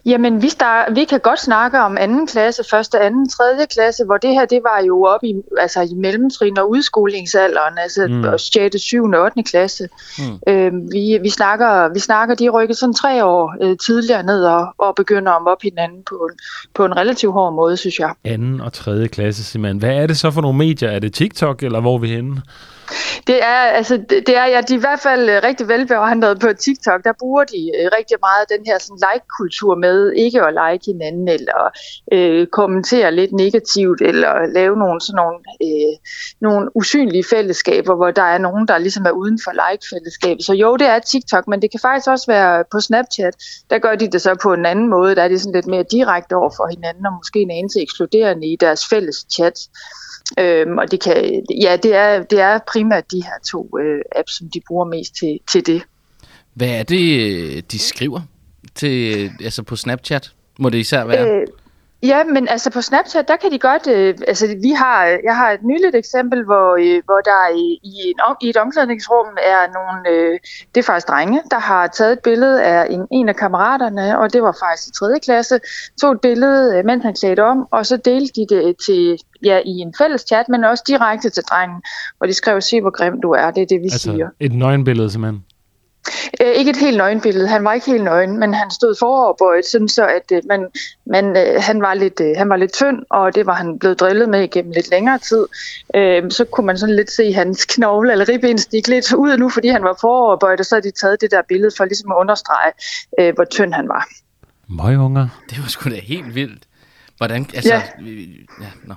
Jamen, vi, start, vi kan godt snakke om anden klasse, første, anden, tredje klasse, hvor det her, det var jo op i, altså i mellemtrin og udskolingsalderen, altså mm. sjette, syvende og ottende klasse. Mm. Øh, vi, vi, snakker, vi snakker, de rykker sådan tre år øh, tidligere ned og, og begynder om op hinanden på, på en relativt hård måde, synes jeg. Anden og tredje klasse, simpelthen. Hvad er det så for nogle medier? Er det TikTok, eller hvor er vi henne? Det er, altså, det er, ja, de er i hvert fald rigtig velbevandret på TikTok. Der bruger de øh, rigtig meget den her sådan, like-kultur med ikke at like hinanden, eller øh, kommentere lidt negativt, eller lave nogle, sådan nogle, øh, nogle usynlige fællesskaber, hvor der er nogen, der ligesom er uden for like-fællesskabet. Så jo, det er TikTok, men det kan faktisk også være på Snapchat. Der gør de det så på en anden måde. Der er de sådan lidt mere direkte over for hinanden, og måske en anelse ekskluderende i deres fælles chat. Øhm, og det kan, ja, det er, det er primært de her to øh, apps, som de bruger mest til, til det. Hvad er det, de skriver til, altså på Snapchat? Må det især være? Øh, ja, men altså på Snapchat, der kan de godt, øh, altså vi har, jeg har et nyligt eksempel, hvor, øh, hvor der i, i, en, i et omklædningsrum er nogle, øh, det er faktisk drenge, der har taget et billede af en, en af kammeraterne, og det var faktisk i tredje klasse, tog et billede, mens han klædte om, og så delte de det til, ja, i en fælles chat, men også direkte til drengen, hvor de skrev, se hvor grim du er, det er det, vi altså, siger. Et nøgenbillede simpelthen? Øh, ikke et helt nøgenbillede, han var ikke helt nøgen, men han stod foroverbøjet, sådan så at øh, man, man, øh, han, var lidt, øh, han var lidt tynd, og det var han blevet drillet med igennem lidt længere tid. Øh, så kunne man sådan lidt se hans knogle eller ribben stikke lidt ud nu, fordi han var foroverbøjet, og så havde de taget det der billede for ligesom at understrege, øh, hvor tynd han var. Møgunger. Det var sgu da helt vildt. Hvordan, altså, ja. ja no.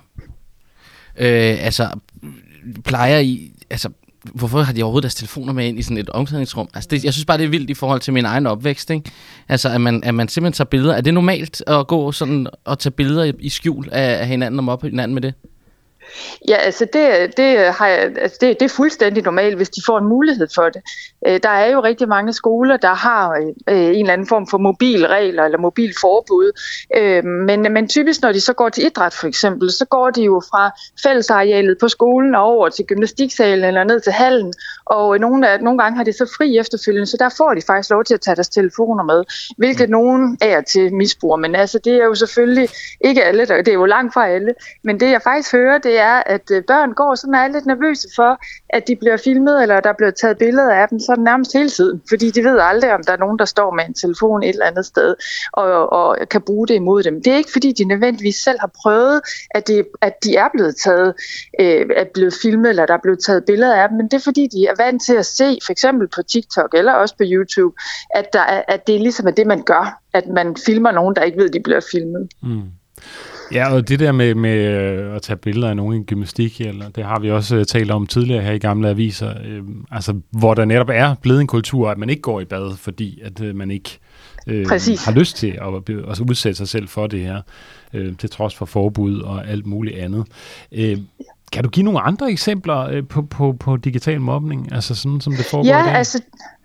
øh, altså, plejer I, altså, hvorfor har de overhovedet deres telefoner med ind i sådan et omklædningsrum? Altså det, jeg synes bare, det er vildt i forhold til min egen opvækst, ikke? Altså, at man, at man simpelthen tager billeder. Er det normalt at gå sådan og tage billeder i, i skjul af, af hinanden og moppe hinanden med det? Ja, altså det, det, har jeg, altså det, det er fuldstændig normalt, hvis de får en mulighed for det. Der er jo rigtig mange skoler, der har en eller anden form for mobilregler eller mobilforbud. Men, men typisk, når de så går til idræt for eksempel, så går de jo fra fællesarealet på skolen og over til gymnastiksalen eller ned til hallen. Og nogle, af, nogle gange har de så fri efterfølgende, så der får de faktisk lov til at tage deres telefoner med, hvilket nogen er til misbrug. Men altså, det er jo selvfølgelig ikke alle, der, det er jo langt fra alle. Men det jeg faktisk hører, det er, at børn går sådan er lidt nervøse for, at de bliver filmet, eller der bliver taget billeder af dem sådan nærmest hele tiden. Fordi de ved aldrig, om der er nogen, der står med en telefon et eller andet sted, og, og kan bruge det imod dem. Det er ikke, fordi de nødvendigvis selv har prøvet, at de, at de er blevet taget, øh, er blevet filmet, eller der er blevet taget billeder af dem, men det er, fordi de er vant til at se, for eksempel på TikTok, eller også på YouTube, at, der er, at det ligesom er det, man gør, at man filmer nogen, der ikke ved, at de bliver filmet. Mm. Ja, og det der med, med at tage billeder af nogen i gymnastik, eller, det har vi også talt om tidligere her i gamle aviser, øh, altså hvor der netop er blevet en kultur, at man ikke går i bad, fordi at øh, man ikke øh, har lyst til at, at udsætte sig selv for det her, øh, til trods for forbud og alt muligt andet. Øh, kan du give nogle andre eksempler øh, på, på, på digital mobning, altså sådan som det foregår ja, i dag? Altså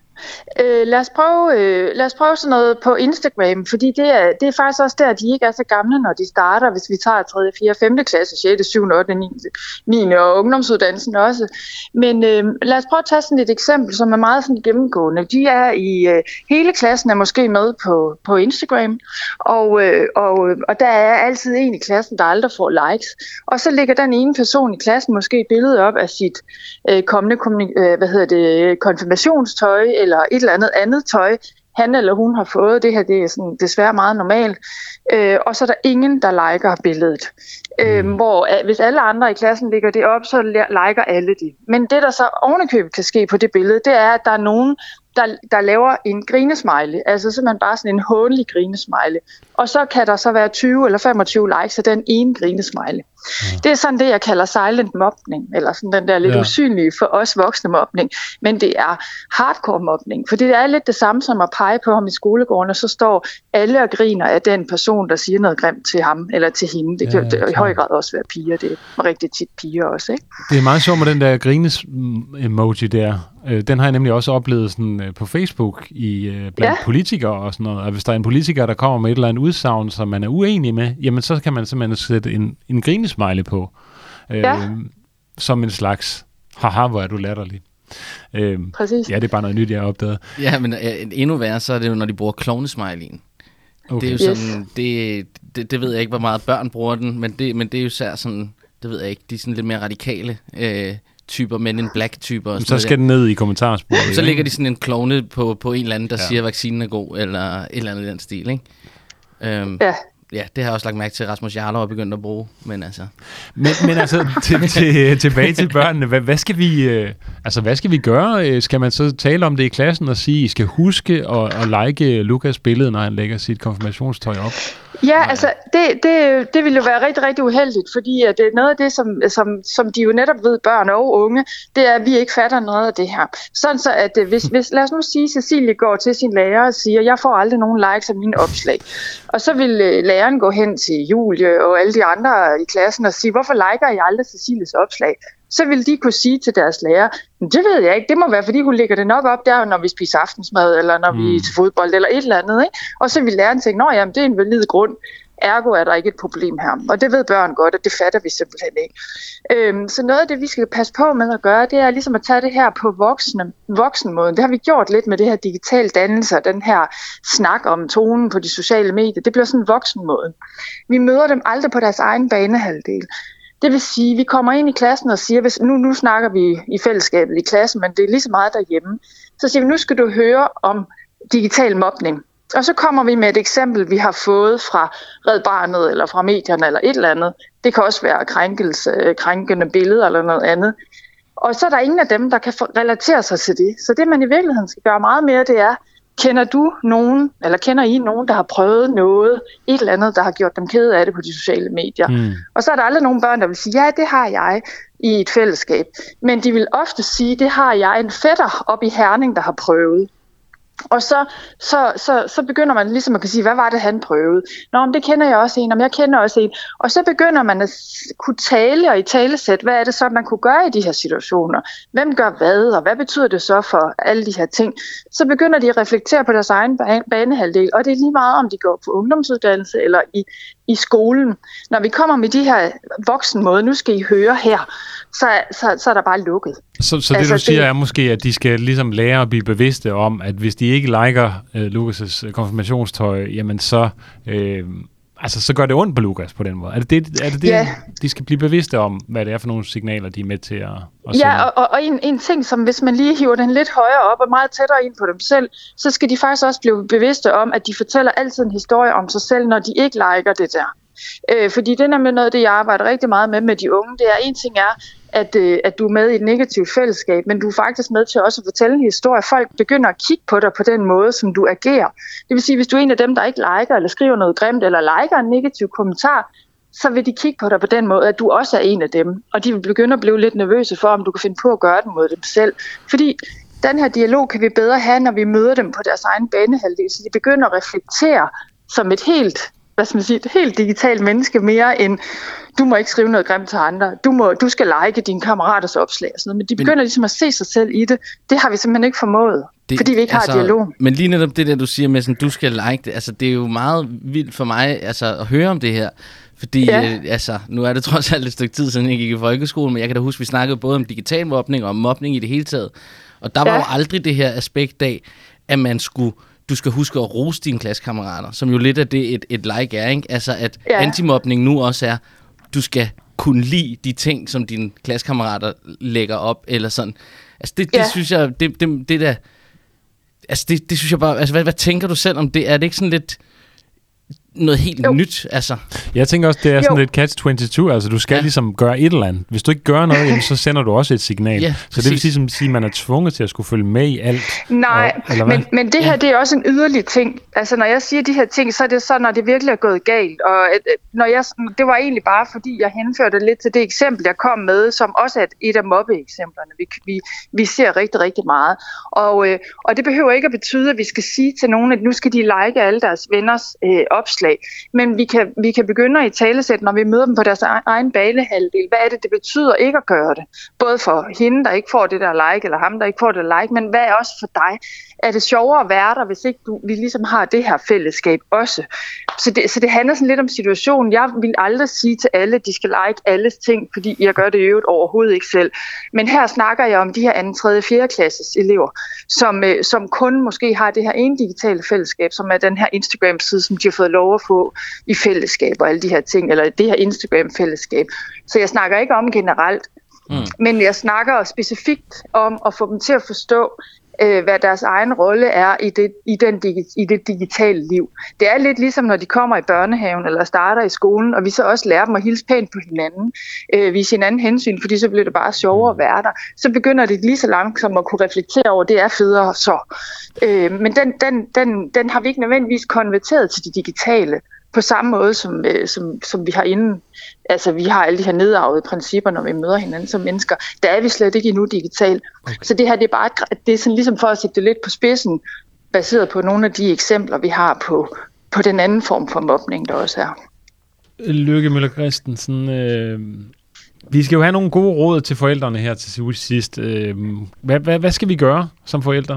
Øh, lad, os prøve, øh, lad os prøve sådan noget på Instagram, fordi det er, det er faktisk også der, at de ikke er så gamle, når de starter, hvis vi tager tredje, fjerde, femte klasse, sjette, syvende, ottende, niende og ungdomsuddannelsen også. Men øh, lad os prøve at tage sådan et eksempel, som er meget sådan gennemgående. De er i, øh, hele klassen er måske med på, på Instagram, og, øh, og, og der er altid en i klassen, der aldrig får likes. Og så lægger den ene person i klassen måske et billede op af sit øh, kommende øh, hvad hedder det, konfirmationstøj, eller et eller andet andet tøj, han eller hun har fået. Det her, det er sådan, desværre meget normalt. Øh, og så er der ingen, der liker billedet. Øh, hvor øh, hvis alle andre i klassen lægger det op, så liker alle det. Men det, der så ovenikøbet kan ske på det billede, det er, at der er nogen, der, der laver en grinesmiley. Altså simpelthen bare sådan en hånlig grinesmiley. Og så kan der så være tyve eller femogtyve likes af den ene grinesmiley. Ja. Det er sådan det, jeg kalder silent mobning, eller sådan den der lidt ja. usynlige for os voksne mobning. Men det er hardcore mobning, for det er lidt det samme som at pege på ham i skolegården, og så står alle og griner af den person, der siger noget grimt til ham eller til hende. Det kan ja, ja, i høj grad også være piger. Det er rigtig tit piger også, ikke? Det er meget sjovt med den der grines-emoji der. Den har jeg nemlig også oplevet sådan på Facebook i blandt ja. politikere og sådan noget. Og hvis der er en politiker, der kommer med et eller andet udsagn, som man er uenig med, jamen så kan man simpelthen sætte en, en grinesmiley på. Ja. Øh, som en slags, haha, hvor er du latterlig. Øh, Præcis. Ja, det er bare noget nyt, jeg har opdaget. Ja, men endnu værre, så er det jo, når de bruger klovnesmileyen. Okay. Det er jo sådan, yes. det, det, det ved jeg ikke, hvor meget børn bruger den, men det, men det er jo særligt sådan, det ved jeg ikke, de er sådan lidt mere radikale øh, typer, men en black typer. Og så skal den ned i kommentarsporet. Så ligger de sådan en klovne på, på en eller anden, der ja. siger, at vaccinen er god, eller et eller andet i den stil, ikke? Øhm, ja. Ja, det har jeg også lagt mærke til, at Rasmus Jarlov er begyndt at bruge, men altså... Men, men altså, til, til, tilbage til børnene, hvad, hvad, skal vi, øh, altså, hvad skal vi gøre? Skal man så tale om det i klassen og sige, I skal huske at, at like Lukas billede, når han lægger sit konfirmationstøj op? Ja, altså, det, det, det vil jo være rigtig, rigtig uheldigt, fordi at det er noget af det, som, som, som de jo netop ved, børn og unge, det er, at vi ikke fatter noget af det her. Sådan så, at hvis, hvis lad os nu sige, at Cecilie går til sin lærer og siger, jeg får aldrig nogen likes af mine opslag. Og så vil læreren gå hen til Julie og alle de andre i klassen og sige, hvorfor liker I aldrig Cecilies opslag? Så vil de kunne sige til deres lærer, det ved jeg ikke, det må være, fordi hun lægger det nok op der, når vi spiser aftensmad, eller når vi er til fodbold, eller et eller andet. Ikke? Og så vil læreren tænke, nå jamen, det er en valid grund, ergo er der ikke et problem her. Og det ved børn godt, og det fatter vi simpelthen ikke. Øhm, så noget af det, vi skal passe på med at gøre, det er ligesom at tage det her på voksne, voksenmåden. Det har vi gjort lidt med det her digital dannelse, den her snak om tonen på de sociale medier. Det bliver sådan en voksenmåde. Vi møder dem aldrig på deres egen banehalvdel. Det vil sige, at vi kommer ind i klassen og siger, hvis, nu, nu snakker vi i fællesskabet i klassen, men det er lige så meget derhjemme. Så siger vi, nu skal du høre om digital mobning. Og så kommer vi med et eksempel, vi har fået fra Red Barnet eller fra medierne eller et eller andet. Det kan også være krænkelse, krænkende billeder eller noget andet. Og så er der ingen af dem, der kan relatere sig til det. Så det, man i virkeligheden skal gøre meget mere, det er, kender du nogen, eller kender I nogen, der har prøvet noget, et eller andet, der har gjort dem kede af det på de sociale medier? Mm. Og så er der aldrig nogen børn, der vil sige, ja, det har jeg i et fællesskab. Men de vil ofte sige, det har jeg en fætter op i Herning, der har prøvet. Og så, så, så, så begynder man ligesom at kunne sige, hvad var det, han prøvede? Nå, men det kender jeg også en, og jeg kender også en. Og så begynder man at kunne tale og i talesæt, hvad er det så, man kunne gøre i de her situationer? Hvem gør hvad, og hvad betyder det så for alle de her ting? Så begynder de at reflektere på deres egen banehalvdel, og det er lige meget, om de går på ungdomsuddannelse eller i, i skolen. Når vi kommer med de her voksenmåder, nu skal I høre her, så, så, så er der bare lukket. Så, så det altså, du siger det, er måske, at de skal ligesom lære at blive bevidste om, at hvis de ikke liker øh, Lukas' konfirmationstøj, jamen så, øh, altså, så gør det ondt på Lukas på den måde. Er det det, er det, det ja. de skal blive bevidste om, hvad det er for nogle signaler, de er med til at, at Ja, og, og, og en, en ting, som hvis man lige hiver den lidt højere op og meget tættere ind på dem selv, så skal de faktisk også blive bevidste om, at de fortæller altid en historie om sig selv, når de ikke liker det der. Øh, fordi det er nemlig noget af det, jeg arbejder rigtig meget med med de unge. Det er, en ting er, at, øh, at du er med i et negativt fællesskab, men du er faktisk med til også at fortælle en historie. Folk begynder at kigge på dig på den måde, som du agerer. Det vil sige, hvis du er en af dem, der ikke liker, eller skriver noget grimt, eller liker en negativ kommentar, så vil de kigge på dig på den måde, at du også er en af dem. Og de vil begynde at blive lidt nervøse for, om du kan finde på at gøre det mod dem selv. Fordi den her dialog kan vi bedre have, når vi møder dem på deres egen banehalvdel, så de begynder at reflektere som et helt hvad skal man sige, et helt digitalt menneske mere end, du må ikke skrive noget grimt til andre, du, må, du skal like dine kammeraters opslag og sådan noget. Men de begynder men, ligesom at se sig selv i det. Det har vi simpelthen ikke formået, det, fordi vi ikke altså, har dialog. Men lige netop det der, du siger med, sådan, du skal like det, altså det er jo meget vildt for mig altså, at høre om det her. Fordi ja. øh, altså, nu er det trods alt et stykke tid siden, jeg gik i folkeskolen, men jeg kan da huske, vi snakkede både om digital mobning og om mobning i det hele taget. Og der var ja. jo aldrig det her aspekt af, at man skulle du skal huske at rose dine klassekammerater, som jo lidt af det et, et like er, ikke? Altså at ja. antimobning nu også er, du skal kunne lide de ting, som dine klassekammerater lægger op, eller sådan. Altså det, det ja. synes jeg, det, det, det der, altså det, det synes jeg bare, altså hvad, hvad tænker du selv om det? Er det ikke sådan lidt noget helt jo. nyt, altså? Jeg tænker også, det er sådan jo. lidt catch twenty-two, altså du skal ja. ligesom gøre et eller andet. Hvis du ikke gør noget, jamen, så sender du også et signal. Ja, så det vil sige, at man er tvunget til at skulle følge med i alt. Nej, og, men, men det her, ja. det er også en yderlig ting. Altså når jeg siger de her ting, så er det så, når det virkelig er gået galt. Og når jeg, det var egentlig bare, fordi jeg henførte lidt til det eksempel, jeg kom med, som også er et af mobbeeksemplerne, vi, vi, vi ser rigtig, rigtig meget. Og, og det behøver ikke at betyde, at vi skal sige til nogen, at nu skal de like alle deres venners øh, opslag. forslag. Men vi kan, vi kan begynde at italesætte, når vi møder dem på deres egen banehalvdel. Hvad er det, det betyder ikke at gøre det? Både for hende, der ikke får det der like, eller ham, der ikke får det like, men hvad er også for dig? Er det sjovere at være der, hvis ikke du, vi ligesom har det her fællesskab også? Så det, så det handler sådan lidt om situationen. Jeg vil aldrig sige til alle, at de skal like alles ting, fordi jeg gør det i øvrigt overhovedet ikke selv. Men her snakker jeg om de her anden, tredje, fjerde klasses elever, som, øh, som kun måske har det her ene digitale fællesskab, som er den her Instagram-side, som de har fået lov at få i fællesskab og alle de her ting, eller det her Instagram-fællesskab. Så jeg snakker ikke om generelt, mm. men jeg snakker specifikt om at få dem til at forstå, hvad deres egen rolle er i det, i, den, i det digitale liv. Det er lidt ligesom, når de kommer i børnehaven eller starter i skolen, og vi så også lærer dem at hilse pænt på hinanden, øh, vise hinanden hensyn, fordi så bliver det bare sjovere at være der. Så begynder det lige så langsomt at kunne reflektere over, det er federe så. Øh, men den, den, den, den har vi ikke nødvendigvis konverteret til det digitale, på samme måde, som, øh, som, som vi har inden. Altså, vi har alle de her nedarvede principper, når vi møder hinanden som mennesker. Der er vi slet ikke endnu digitalt. Okay. Så det her, det er bare, det er sådan ligesom for at sætte det lidt på spidsen, baseret på nogle af de eksempler, vi har på, på den anden form for mobning, der også er. Lykke Møller Christensen, øh, vi skal jo have nogle gode råd til forældrene her til sidst. Øh, hvad, hvad, hvad skal vi gøre som forældre?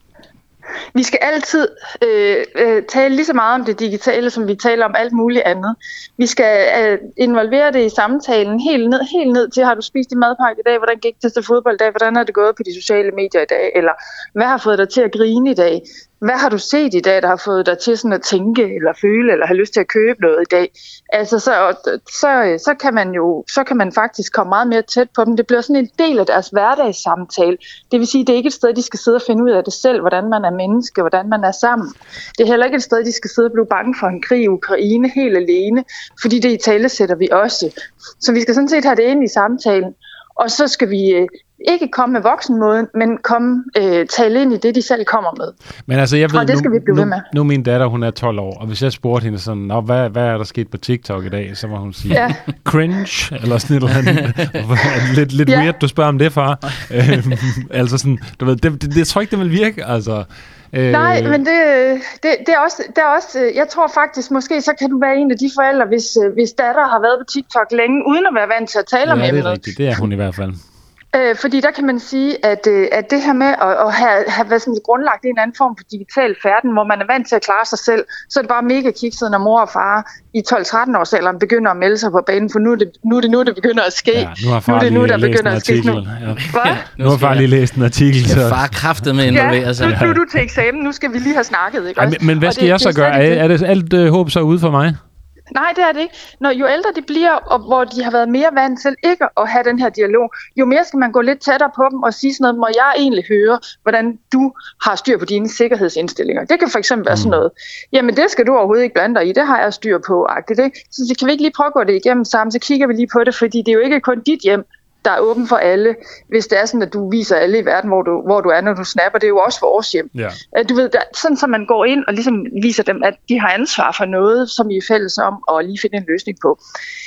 Vi skal altid øh, øh, tale lige så meget om det digitale, som vi taler om alt muligt andet. Vi skal øh, involvere det i samtalen helt ned, helt ned til, har du spist i madpakke i dag, hvordan gik det til fodbold i dag, hvordan er det gået på de sociale medier i dag, eller hvad har fået dig til at grine i dag? Hvad har du set i dag, der har fået dig til sådan at tænke, eller føle, eller have lyst til at købe noget i dag? Altså, så, så, så, kan man jo, så kan man faktisk komme meget mere tæt på dem. Det bliver sådan en del af deres hverdagssamtale. Det vil sige, det er ikke et sted, de skal sidde og finde ud af det selv, hvordan man er menneske, hvordan man er sammen. Det er heller ikke et sted, de skal sidde og blive bange for en krig i Ukraine helt alene, fordi det i tale sætter vi også. Så vi skal sådan set have det ind i samtalen. Og så skal vi øh, ikke komme med voksenmåden, men komme øh, tale ind i det, de selv kommer med. Men altså, jeg ved, og det skal nu, vi blive ved med. Nu, nu min datter, hun er tolv år, og hvis jeg spurgte hende sådan, Nå, hvad, hvad er der sket på TikTok i dag, så må hun sige, ja. Cringe, eller sådan et eller andet. lidt lidt ja. Weird, du spørger om det, far. øhm, altså sådan, du ved, det, det, det tror ikke, det vil virke, altså. Nej, men det, det, det, er også, det er også, jeg tror faktisk, måske så kan du være en af de forældre, hvis, hvis datter har været på TikTok længe, uden at være vant til at tale om emnet. Ja, det er emnet. rigtigt, det er hun i hvert fald. Øh, fordi der kan man sige, at, at det her med at, at have, have været sådan grundlagt i en anden form for digital færden, hvor man er vant til at klare sig selv, så er det bare mega kikset, når mor og far i tolv-tretten års alderen begynder at melde sig på banen, for nu er det nu, er det, nu det begynder at ske. Ja, nu har far nu er det nu, der begynder at ske. Nu. Ja. Ja, nu har far lige læst en artikel. Så far kraftet med involvere sig. Ja, nu, nu er du til eksamen, nu skal vi lige have snakket. Ikke? Ej, men, men hvad skal det, jeg så det, gøre? Er, er det alt uh, håb så ude for mig? Nej, det er det ikke. Når jo ældre de bliver, og hvor de har været mere vant til ikke at have den her dialog, jo mere skal man gå lidt tættere på dem og sige sådan noget, må jeg egentlig høre, hvordan du har styr på dine sikkerhedsindstillinger. Det kan for eksempel være sådan noget, jamen det skal du overhovedet ikke blande dig i, det har jeg styr på. Det. Så kan vi ikke lige prøve at gå det igennem sammen, så kigger vi lige på det, fordi det er jo ikke kun dit hjem, der er åben for alle, hvis det er sådan, at du viser alle i verden, hvor du, hvor du er, når du snapper. Det er jo også vores hjem. Ja. Du ved, der, sådan så man går ind og ligesom viser dem, at de har ansvar for noget, som I er fælles om, og lige finde en løsning på.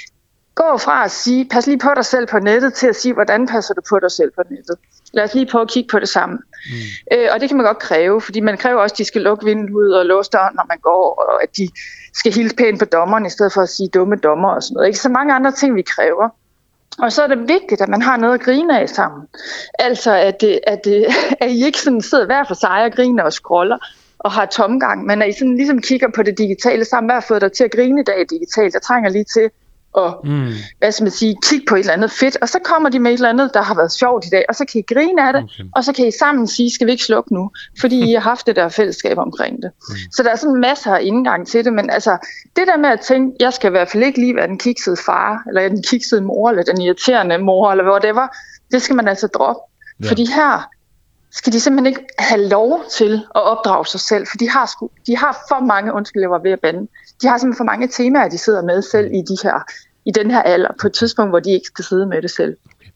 Gå fra at sige, pas lige på dig selv på nettet, til at sige, hvordan passer du på dig selv på nettet. Lad os lige prøve at kigge på det sammen. Mm. Øh, og det kan man godt kræve, fordi man kræver også, at de skal lukke vinduet og låse døren, når man går, og at de skal hilse pænt på dommeren, i stedet for at sige dumme dommer og sådan noget. Ikke så mange andre ting, vi kræver. Og så er det vigtigt, at man har noget at grine af sammen. Altså, at, det, at, det, at I ikke sådan sidder hver for sig og griner og scroller og har tomgang, men at I sådan ligesom kigger på det digitale sammen. Hvad har fået dig til at grine i dag digitalt? Jeg trænger lige til at mm. hvad skal man sige, kigge på et eller andet fedt, og så kommer de med et eller andet, der har været sjovt i dag, og så kan I grine af det, okay. Og så kan I sammen sige, skal vi ikke slukke nu? Fordi I har haft det der fællesskab omkring det. Mm. Så der er sådan masser af indgang til det, men altså, det der med at tænke, jeg skal i hvert fald ikke lige være den kiksede far, eller den kiksede mor, eller den irriterende mor, eller whatever, det skal man altså droppe. Ja. Fordi her skal de simpelthen ikke have lov til at opdrage sig selv, for de har, sku, de har for mange, undskyld, jeg var ved at bande, de har simpelthen for mange temaer, de sidder med selv i, de her, i den her alder, på et tidspunkt, hvor de ikke skal sidde med det selv. Okay.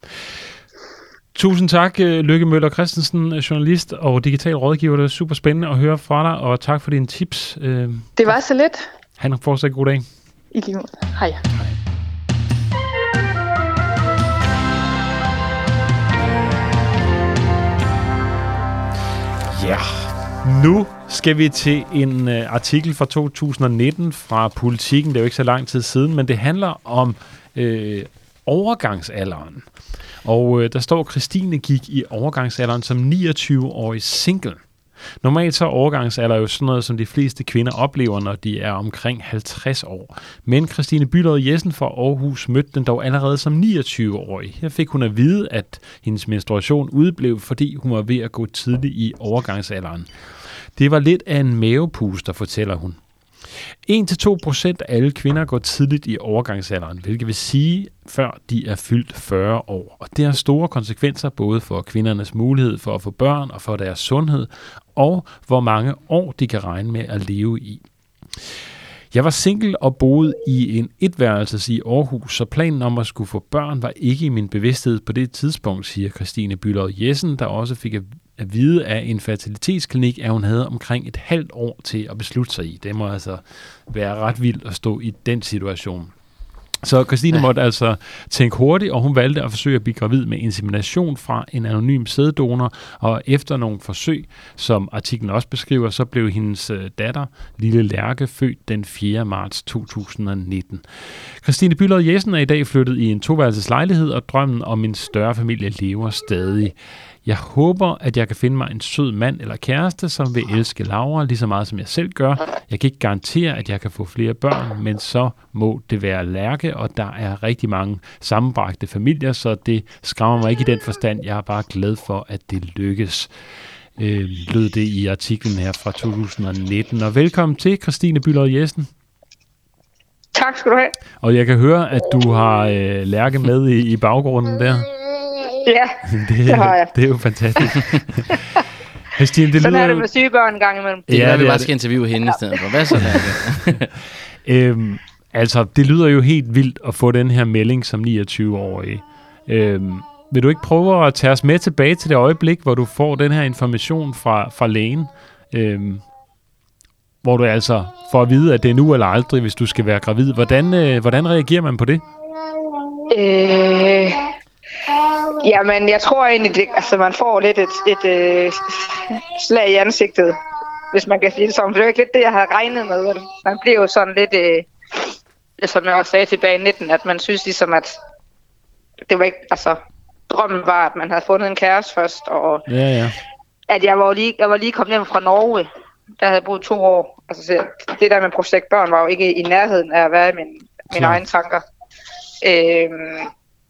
Tusind tak, Lykke Møller Christensen, journalist og digital rådgiver. Det er super spændende at høre fra dig, og tak for dine tips. Det var så lidt. Han fortsat en god dag. I lige måde. Hej. Hej. Ja, Nu skal vi til en uh, artikel fra to tusind nitten fra Politiken. Det er jo ikke så lang tid siden, men det handler om øh, overgangsalderen. Og øh, der står, at Christine gik i overgangsalderen som niogtyve-årig single. Normalt så er overgangsalder jo sådan noget, som de fleste kvinder oplever, når de er omkring halvtreds år. Men Christine Bülow Jessen fra Aarhus mødte den dog allerede som niogtyve-årig. Her fik hun at vide, at hendes menstruation udeblev, fordi hun var ved at gå tidligt i overgangsalderen. Det var lidt af en mavepuster, fortæller hun. en til to procent af alle kvinder går tidligt i overgangsalderen, hvilket vil sige, før de er fyldt fyrre år. Og det har store konsekvenser både for kvindernes mulighed for at få børn og for deres sundhed, og hvor mange år de kan regne med at leve i. Jeg var single og boede i en etværelses i Aarhus, så planen om at skulle få børn var ikke i min bevidsthed på det tidspunkt, siger Christine Bülow Jessen, der også fik at vide af en fertilitetsklinik, at hun havde omkring et halvt år til at beslutte sig i. Det må altså være ret vildt at stå i den situation. Så Christine ja. måtte altså tænke hurtigt, og hun valgte at forsøge at blive gravid med insemination fra en anonym sæddonor, og efter nogle forsøg, som artiklen også beskriver, så blev hendes datter, lille Lærke, født den fjerde marts to tusind nitten. Christine Bülow Jessen er i dag flyttet i en toværelses lejlighed, og drømmen om en større familie lever stadig. Jeg håber, at jeg kan finde mig en sød mand eller kæreste, som vil elske Laura lige så meget, som jeg selv gør. Jeg kan ikke garantere, at jeg kan få flere børn, men så må det være Lærke, og der er rigtig mange sammenbragte familier, så det skræmmer mig ikke i den forstand. Jeg er bare glad for, at det lykkes. Øh, lød det i artiklen her fra to tusind nitten. Og velkommen til, Christine Bülow Jessen. Tak skal du have. Og jeg kan høre, at du har øh, Lærke med i, i baggrunden der. Ja, det, det har jeg. Det er jo fantastisk. Christine, det sådan lyder... er det med syge børn en gang imellem. Det er ja, vi bare skal interviewe hende i stedet for. Hvad så, Lærke? øhm, altså, det lyder jo helt vildt at få den her melding som niogtyve-årig. Øhm, vil du ikke prøve at tage os med tilbage til det øjeblik, hvor du får den her information fra, fra lægen? Øhm, hvor du altså får at vide, at det er nu eller aldrig, hvis du skal være gravid. Hvordan, øh, hvordan reagerer man på det? Øh... Jamen, jeg tror egentlig, det, altså, man får lidt et, et, et slag i ansigtet, hvis man kan sige det sådan. For det er jo ikke lidt det, jeg har regnet med. Vel? Man bliver jo sådan lidt, øh, som jeg også sagde tilbage i nitten, at man synes ligesom, at det var ikke, altså, drømmen var, at man havde fundet en kæreste først, og ja, ja. at jeg var lige, jeg var lige kommet hjem fra Norge, der havde boet to år. Altså, det der med projekt børn var jo ikke i nærheden af at være i min, mine egne tanker. Øhm,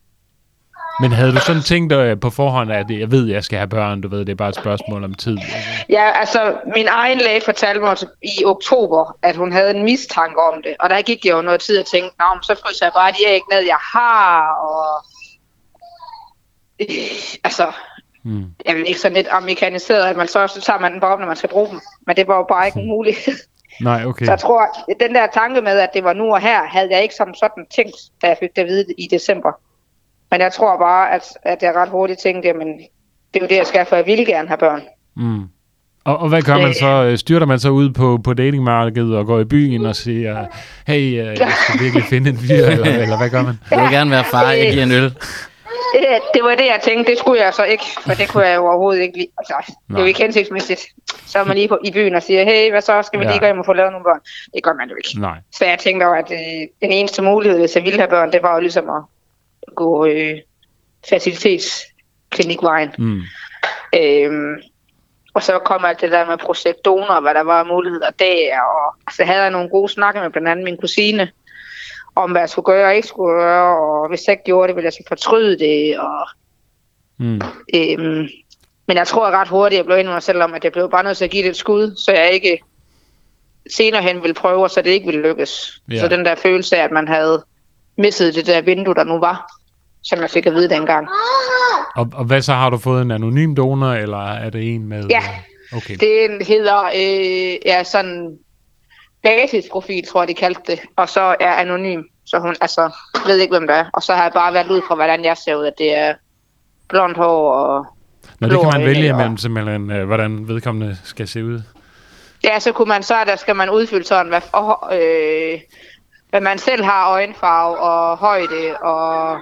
Men havde du sådan tænkt dig på forhånd, at jeg ved, at jeg skal have børn, du ved, det er bare et spørgsmål om tid? Ja, altså, min egen læge fortalte mig i oktober, at hun havde en mistanke om det, og der gik jeg jo noget tid at tænke, nå, så fryser jeg bare de æg ned, jeg har, og øh, altså, hmm. jeg vil ikke sådan lidt amerikaniseret, at man så, så tager man den bare op, når man skal bruge dem, men det var jo bare ikke en mulighed. Nej, okay. Så jeg tror, at den der tanke med, at det var nu og her, havde jeg ikke som sådan tænkt, da jeg fik det at vide i december. Men jeg tror bare, at, at jeg ret hurtigt tænkte, at det er jo det, jeg skal, for jeg ville gerne have børn. Mm. Og, og hvad gør man så? Styrter man så ud på, på datingmarkedet og går i byen og siger, hey, jeg skal virkelig finde en fyr, eller, eller hvad gør man? Jeg vil gerne være far, jeg giver en øl. Det var det, jeg tænkte. Det skulle jeg så ikke, for det kunne jeg jo overhovedet ikke lide. Altså, det er jo ikke hensigtsmæssigt. Så er man lige på, i byen og siger, hey, hvad så? Skal vi ja. lige gå hjem og få lavet nogle børn? Det gør man jo ikke. Nej. Så jeg tænkte jo, at øh, den eneste mulighed, hvis jeg ville have børn, det var jo ligesom at gå øh, fertilitetsklinikvejen. Mm. Øhm, og så kom alt det der med projekt donor, hvad der var muligheder der, og så havde jeg nogle gode snakke med blandt andet min kusine, om hvad jeg skulle gøre og ikke skulle gøre, og hvis jeg ikke gjorde det, ville jeg så fortryde det, og mm. øhm, men jeg tror ret hurtigt, jeg blev enig med mig selv om, at jeg blev bare nødt til at give det et skud, så jeg ikke senere hen ville prøve, så det ikke ville lykkes. Yeah. Så den der følelse af, at man havde misset det der vindue, der nu var, som jeg fik at vide dengang. Og, og hvad så, har du fået en anonym donor, eller er det en med... Ja, okay. Det hedder øh, ja, sådan basisprofil, tror jeg, de kaldte det, og så er anonym, så hun altså ved ikke, hvem det er. Og så har jeg bare været ud fra, hvordan jeg ser ud, at det er blondt hår og... Nå, det kan man vælge imellem, simpelthen, øh, hvordan vedkommende skal se ud. Ja, så kunne man så, der skal man udfylde sådan, hvad, og, øh, hvad man selv har, øjenfarve og højde og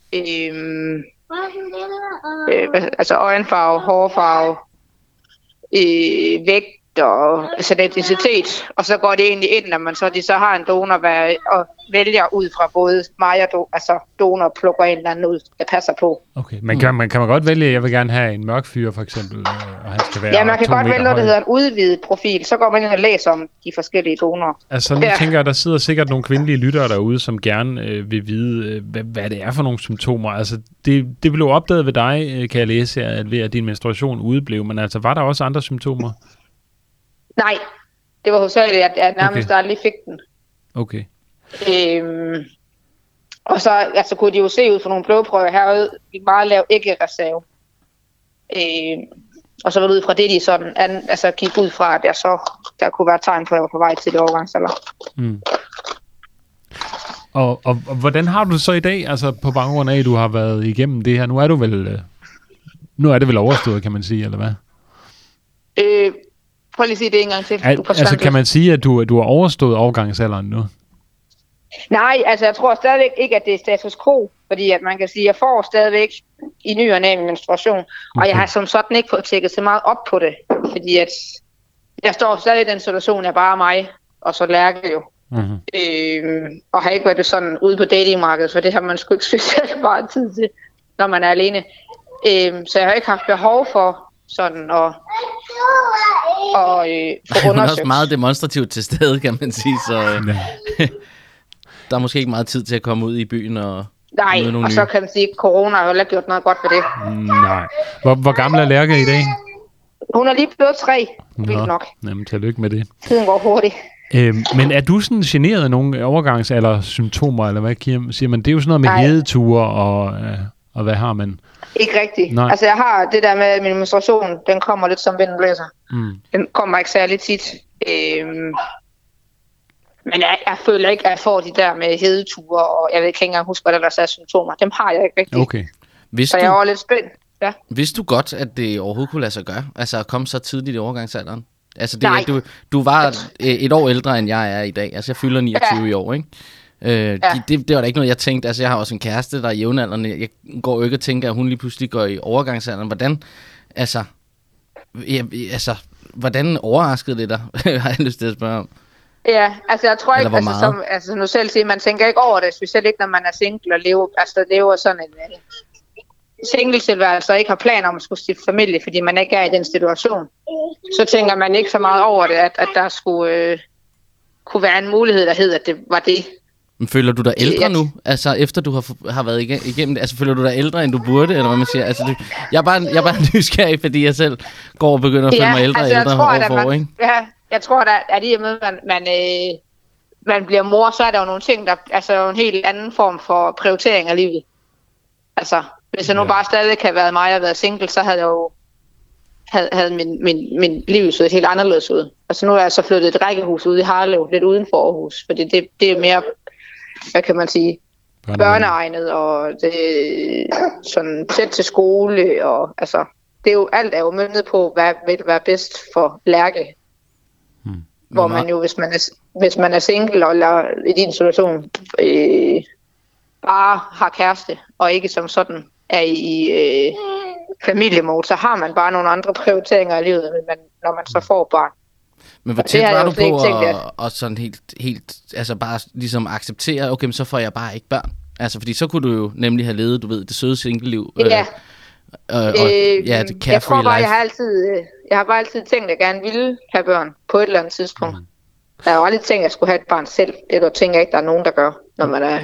øh, øh, altså øjenfarve, hårfarve, øh, vægt og altså etnicitet, og så går det egentlig ind, når man så, de så har en donor, hvad, og vælger ud fra både mig og do, altså donor plukker en eller anden ud, der passer på. Okay, men kan man, kan man godt vælge, jeg vil gerne have en mørk fyr for eksempel, og han skal være ja, man kan godt vælge noget, høj. der hedder en udvidet profil, så går man ind og læser om de forskellige donorer. Altså nu ja. tænker jeg, der sidder sikkert nogle kvindelige lyttere derude, som gerne øh, vil vide, øh, hvad, hvad det er for nogle symptomer. Altså det, det blev opdaget ved dig, øh, kan jeg læse, at ved at din menstruation udeblev, men altså var der også andre symptomer? Nej, det var hovedsageligt, at jeg nærmest okay. aldrig fik den. Okay. Øhm, og så altså, kunne de jo se ud for nogle blodprøver herude, vi meget lav æggereserve. Øhm, og så var det ud fra det, de sådan, an, altså gik ud fra, at jeg så, der kunne være tegn på, at jeg var på vej til det overgangsalder. Mm. Og, og, og hvordan har du det så i dag, altså på baggrund af, at du har været igennem det her? Nu er du vel, nu er det vel overstået, kan man sige, eller hvad? Øh, Prøv lige at sige det en gang til. Al- altså kan man sige, at du, du har overstået overgangsalderen nu? Nej, altså jeg tror stadigvæk ikke, at det er status quo. Fordi at man kan sige, at jeg får stadigvæk i ny og næ min menstruation. Okay. Og jeg har som sådan ikke fået tjekket så meget op på det. Fordi at jeg står stadig i den situation, jeg bare er mig. Og så Lærke jo. Mm-hmm. Øh, og har ikke været sådan ude på datingmarkedet. For det har man sgu ikke specielt meget tid til, når man er alene. Øh, så jeg har ikke haft behov for sådan at og øh, få hun er også meget demonstrativt til stede, kan man sige, så øh, der er måske ikke meget tid til at komme ud i byen og nej, og nye. Så kan man sige, at corona har heller gjort noget godt ved det. Nej. Hvor, hvor gammel er Lærke i dag? Hun er lige blevet tre, vildt nok. Jamen, tillykke med det. Tiden går hurtigt. Øhm, men er du sådan generet af nogle overgangs- eller symptomer, eller hvad siger man? Det er jo sådan noget med hedeture, og, øh, og hvad har man? Ikke rigtigt. Nej. Altså jeg har det der med, at min menstruation, den kommer lidt som vinden blæser. Mm. Den kommer ikke særlig tit. Øhm, men jeg, jeg føler ikke, at jeg får de der med hedeture, og jeg ved ikke engang huske, hvad der er symptomer. Dem har jeg ikke rigtigt. Okay. Så jeg var lidt spændt. Ja. Vidste du godt, at det overhovedet kunne lade sig gøre? Altså at komme så tidligt i overgangsalderen? Altså det, Nej. Du, du var et år ældre, end jeg er i dag. Altså jeg fylder niogtyve ja. i år, ikke? Øh, ja. de, det, det var da ikke noget, jeg tænkte. Altså, jeg har også en kæreste, der er jævnaldrende. Jeg går jo ikke og tænker, at hun lige pludselig går i overgangsalderen. Hvordan, altså, ja, altså, hvordan overraskede det dig, har jeg lyst til at spørge om? Ja, altså jeg tror ikke, altså, som, altså nu selv siger, man tænker ikke over det, specielt ikke, når man er single og lever, altså lever sådan en single-tilværelse og ikke har planer om at skulle stifte familie, fordi man ikke er i den situation. Så tænker man ikke så meget over det, at, at der skulle øh, kunne være en mulighed, der hed, at det var det. Men føler du dig ældre nu? Altså efter du har, har været igennem det? Altså føler du dig ældre, end du burde? Eller hvad man siger? Altså, det, jeg, er bare, jeg er bare nysgerrig, fordi jeg selv går og begynder at føle ja, mig ældre og altså, ældre år for år, ikke? Ja, jeg tror, at, at i og med, at man, man, øh, man bliver mor, så er der jo nogle ting, der altså en helt anden form for prioritering af livet. Altså, hvis jeg nu ja. bare stadig kan have været mig og været single, så havde jeg jo havde, havde min, min, min liv set helt anderledes ud. Altså nu er jeg så flyttet et rækkehus ude i Harlev, lidt uden for Aarhus, fordi det, det er mere, hvad kan man sige, børneegnet, og det sådan tæt til skole, og altså, det er jo, alt er jo møntet på, hvad vil være bedst for Lærke. Hmm. Hvor man jo, hvis man er, hvis man er single, eller i din situation, øh, bare har kæreste, og ikke som sådan er i øh, familiemode, så har man bare nogle andre prioriteringer i livet, men man, når man så får barn. Men hvor tæt var du på at, at sådan helt, helt, altså bare ligesom acceptere, okay, men så får jeg bare ikke børn? Altså, fordi så kunne du jo nemlig have levet, du ved, det søde single-liv. Ja. Øh, og, og, øh, ja, det jeg tror bare, life. jeg har altid, jeg har bare altid tænkt, at jeg gerne ville have børn på et eller andet tidspunkt. Mm. Jeg har jo aldrig tænkt, at jeg skulle have et barn selv. Det er jo tænker jeg ikke, der er nogen, der gør, når man er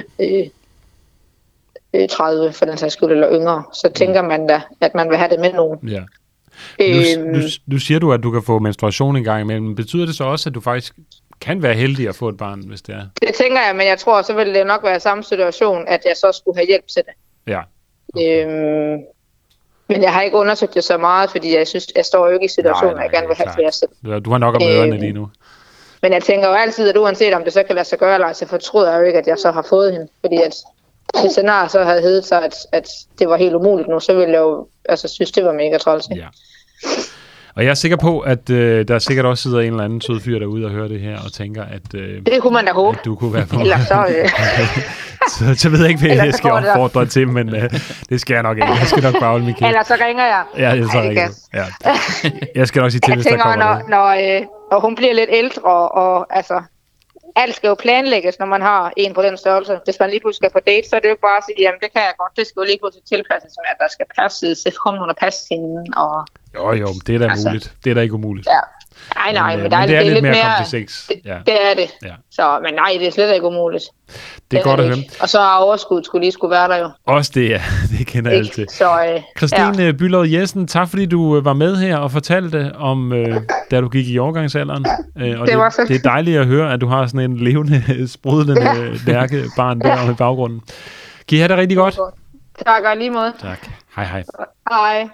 øh, tredive, for den sags skyld, eller yngre. Så tænker man da, at man vil have det med nogen. Ja. Nu, nu, nu siger du, at du kan få menstruation en gang imellem. Betyder det så også, at du faktisk kan være heldig at få et barn, hvis det er? Det tænker jeg, men jeg tror, så ville det nok være samme situation, at jeg så skulle have hjælp til det. Ja. Okay. Øhm, men jeg har ikke undersøgt det så meget, fordi jeg synes, jeg står jo ikke i situationen, nej, nej, jeg gerne vil have flere selv. Du har nok om ørerne øhm, lige nu. Men jeg tænker jo altid, at uanset om det så kan lade sig gøre, eller så fortryder jeg jo ikke, at jeg så har fået hende. Fordi at det scenarie så havde heddet sig, at, at det var helt umuligt nu, så ville jeg jo altså, synes, det var mega træls. Ja. Og jeg er sikker på, at øh, der sikkert også sidder en eller anden sød fyr derude og hører det her og tænker, at, øh, det kunne man da håbe. At du kunne være på. Eller så, øh. så, så ved jeg ikke, hvad jeg skal opfordre til, men uh, det skal jeg nok ikke. Jeg skal nok bare holde min kæft. Eller så ringer jeg. Ja, ellers så ringer jeg. Ja. Jeg skal nok sige til, jeg hvis tænker, der kommer når, når, øh, når hun bliver lidt ældre, og, og altså, alt skal jo planlægges, når man har en på den størrelse. Hvis man lige pludselig skal på date, så er det jo ikke bare at sige, jamen det kan jeg godt, det skal jo lige pludselig tilpasses, at der skal passes, så kommer hun og passe hende. Og... Jo, jo, det er da altså, muligt. Det er da ikke umuligt. Ja. Nej, nej, men, men, der men er, det er det lidt, lidt mere, mere komplekst. Ja. Det, det er det. Ja. Så, men nej, det er slet ikke umuligt. Det er, er godt at høre. Og så har overskud skulle lige skulle være der jo. Også det, ja. Det kender jeg altid. Så, øh, Christine ja. Bülow Jessen, tak fordi du var med her og fortalte om, øh, da du gik i årgangsalderen. Øh, og det, var det, det er dejligt at høre, at du har sådan en levende, sprudlende ja. lærkebarn der i baggrunden. Kan I have det rigtig godt? Tak, og lige måde. Tak. Hej, hej. Hej.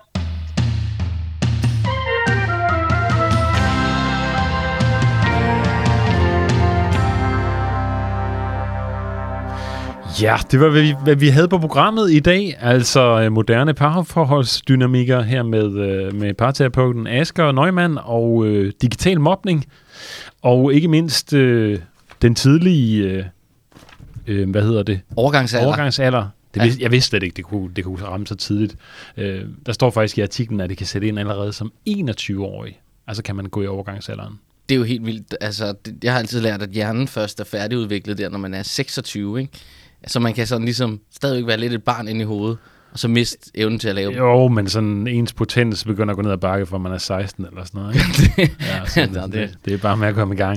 Ja, det var, hvad vi, hvad vi havde på programmet i dag. Altså moderne parforholdsdynamikker her med, med parterapeuten Asger Neumann og øh, digital mobning. Og ikke mindst øh, den tidlige, øh, hvad hedder det? Overgangsalder. Overgangsalder. Det vidste, jeg vidste slet ikke, det kunne, det kunne ramme så tidligt. Øh, der står faktisk i artiklen, at det kan sætte ind allerede som enogtyve-årig. Altså kan man gå i overgangsalderen. Det er jo helt vildt. Altså, det, jeg har altid lært, at hjernen først er færdigudviklet der, når man er seksogtyve, ikke? Så man kan sådan ligesom stadigvæk være lidt et barn inde i hovedet, og så miste evnen til at lave. Jo, men sådan ens potens begynder at gå ned ad bakke, for man er seksten eller sådan noget. Ikke? ja, så det, det, det er bare med at komme i gang.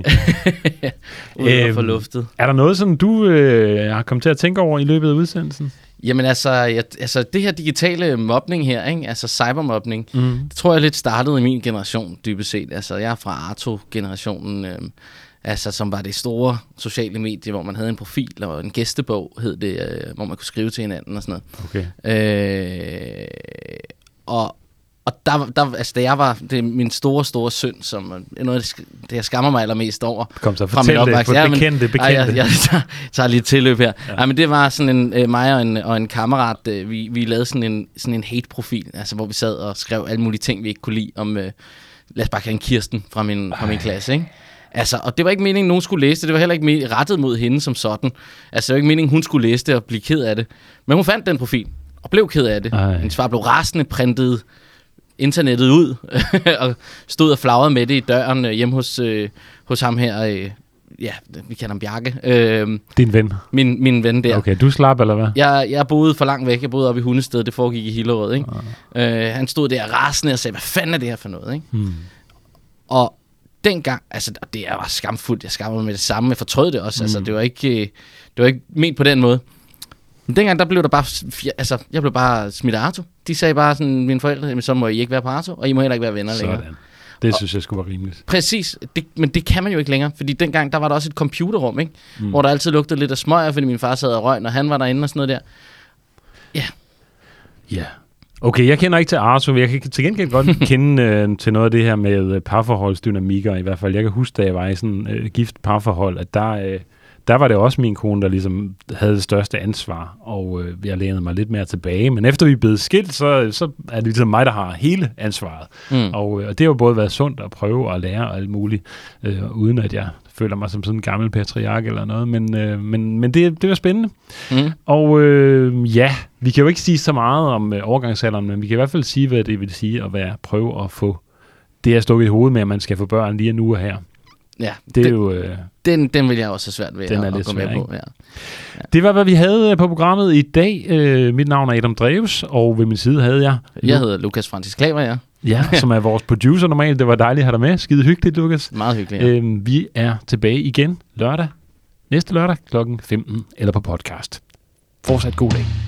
Uden at få luftet. Er der noget, som du øh, har kommet til at tænke over i løbet af udsendelsen? Jamen altså, jeg, altså det her digitale mobning her, ikke? Altså cybermobning, mm. det tror jeg lidt startede i min generation, dybest set. Altså jeg er fra Arto-generationen, øh, altså som var det store sociale medie, hvor man havde en profil og en gæstebog, hed det, øh, hvor man kunne skrive til hinanden og sådan noget. Okay. Øh, og og der, der, altså da jeg var, det er min store, store synd, som er noget, det, det jeg skammer mig allermest over. Kom så, fortæl det på ja, bekendte, bekendte. Ej, jeg, jeg tager, tager lige et tilløb her. Ja. Ej, men det var sådan en, øh, mig og en, og en kammerat, øh, vi, vi lavede sådan en, sådan en hate-profil, altså hvor vi sad og skrev alle mulige ting, vi ikke kunne lide om, øh, lad os bare kalde Kirsten fra min, fra min klasse, ikke? Altså, og det var ikke meningen, nogen skulle læse det. Det var heller ikke rettet mod hende som sådan. Altså, det var ikke meningen, hun skulle læse det og blive ked af det. Men hun fandt den profil og blev ked af det. Hendes far blev rasende, printede internettet ud og stod og flagrede med det i døren øh, hjemme hos, øh, hos ham her. Øh, ja, vi kalder ham Bjarke. Øh, Din ven? Min, min ven der. Okay, du slap, eller hvad? Jeg, jeg boede for langt væk. Jeg boede oppe i Hundested. Det foregik i Hillerød, ikke? Ah. Øh, han stod der rasende og sagde, hvad fanden er det her for noget, ikke? Hmm. Og dengang, altså det var skamfuldt, jeg skammede mig med det samme, jeg fortrød det også, mm. altså det var ikke, det var ikke ment på den måde. Men dengang, der blev der bare, altså jeg blev bare smidt af Arto. De sagde bare sådan, mine forældre, så må I ikke være på Arto, og I må heller ikke være venner sådan. længere. Det synes jeg skulle være rimeligt. Præcis, det, men det kan man jo ikke længere, fordi dengang, der var der også et computerrum, ikke? Mm. Hvor der altid lugtede lidt af smøger, fordi min far sad og røg, og han var derinde og sådan noget der. Ja. Ja. Okay, jeg kender ikke til Arto, men jeg kan til gengæld godt kende øh, til noget af det her med parforholdsdynamikker, i hvert fald. Jeg kan huske, da jeg var i sådan øh, gift parforhold, at der, øh, der var det også min kone, der ligesom havde det største ansvar, og øh, jeg lænede mig lidt mere tilbage. Men efter vi er blevet skilt, så, så er det ligesom mig, der har hele ansvaret. Mm. Og, øh, og det har jo både været sundt at prøve at lære og alt muligt, øh, uden at jeg føler mig som sådan en gammel patriark eller noget, men, øh, men, men det, det var spændende. Mm. Og øh, ja, vi kan jo ikke sige så meget om øh, overgangsalderen, men vi kan i hvert fald sige, hvad det vil sige at være, prøve at få det her stukket i hovedet med, at man skal få børn lige nu og her. Ja, det er den, jo, øh, den, den vil jeg også have svært ved den at, er at gå svær, med på. Ja. Ja. Det var, hvad vi havde på programmet i dag. Øh, mit navn er Adam Dreves, og ved min side havde jeg... Jeg hedder Lukas Francis Klaver, ja. Ja, som er vores producer normalt. Det var dejligt at have dig med. Skide hyggeligt, Lukas. Meget hyggeligt, ja. øhm, Vi er tilbage igen lørdag. Næste lørdag klokken femten eller på podcast. Fortsat god dag.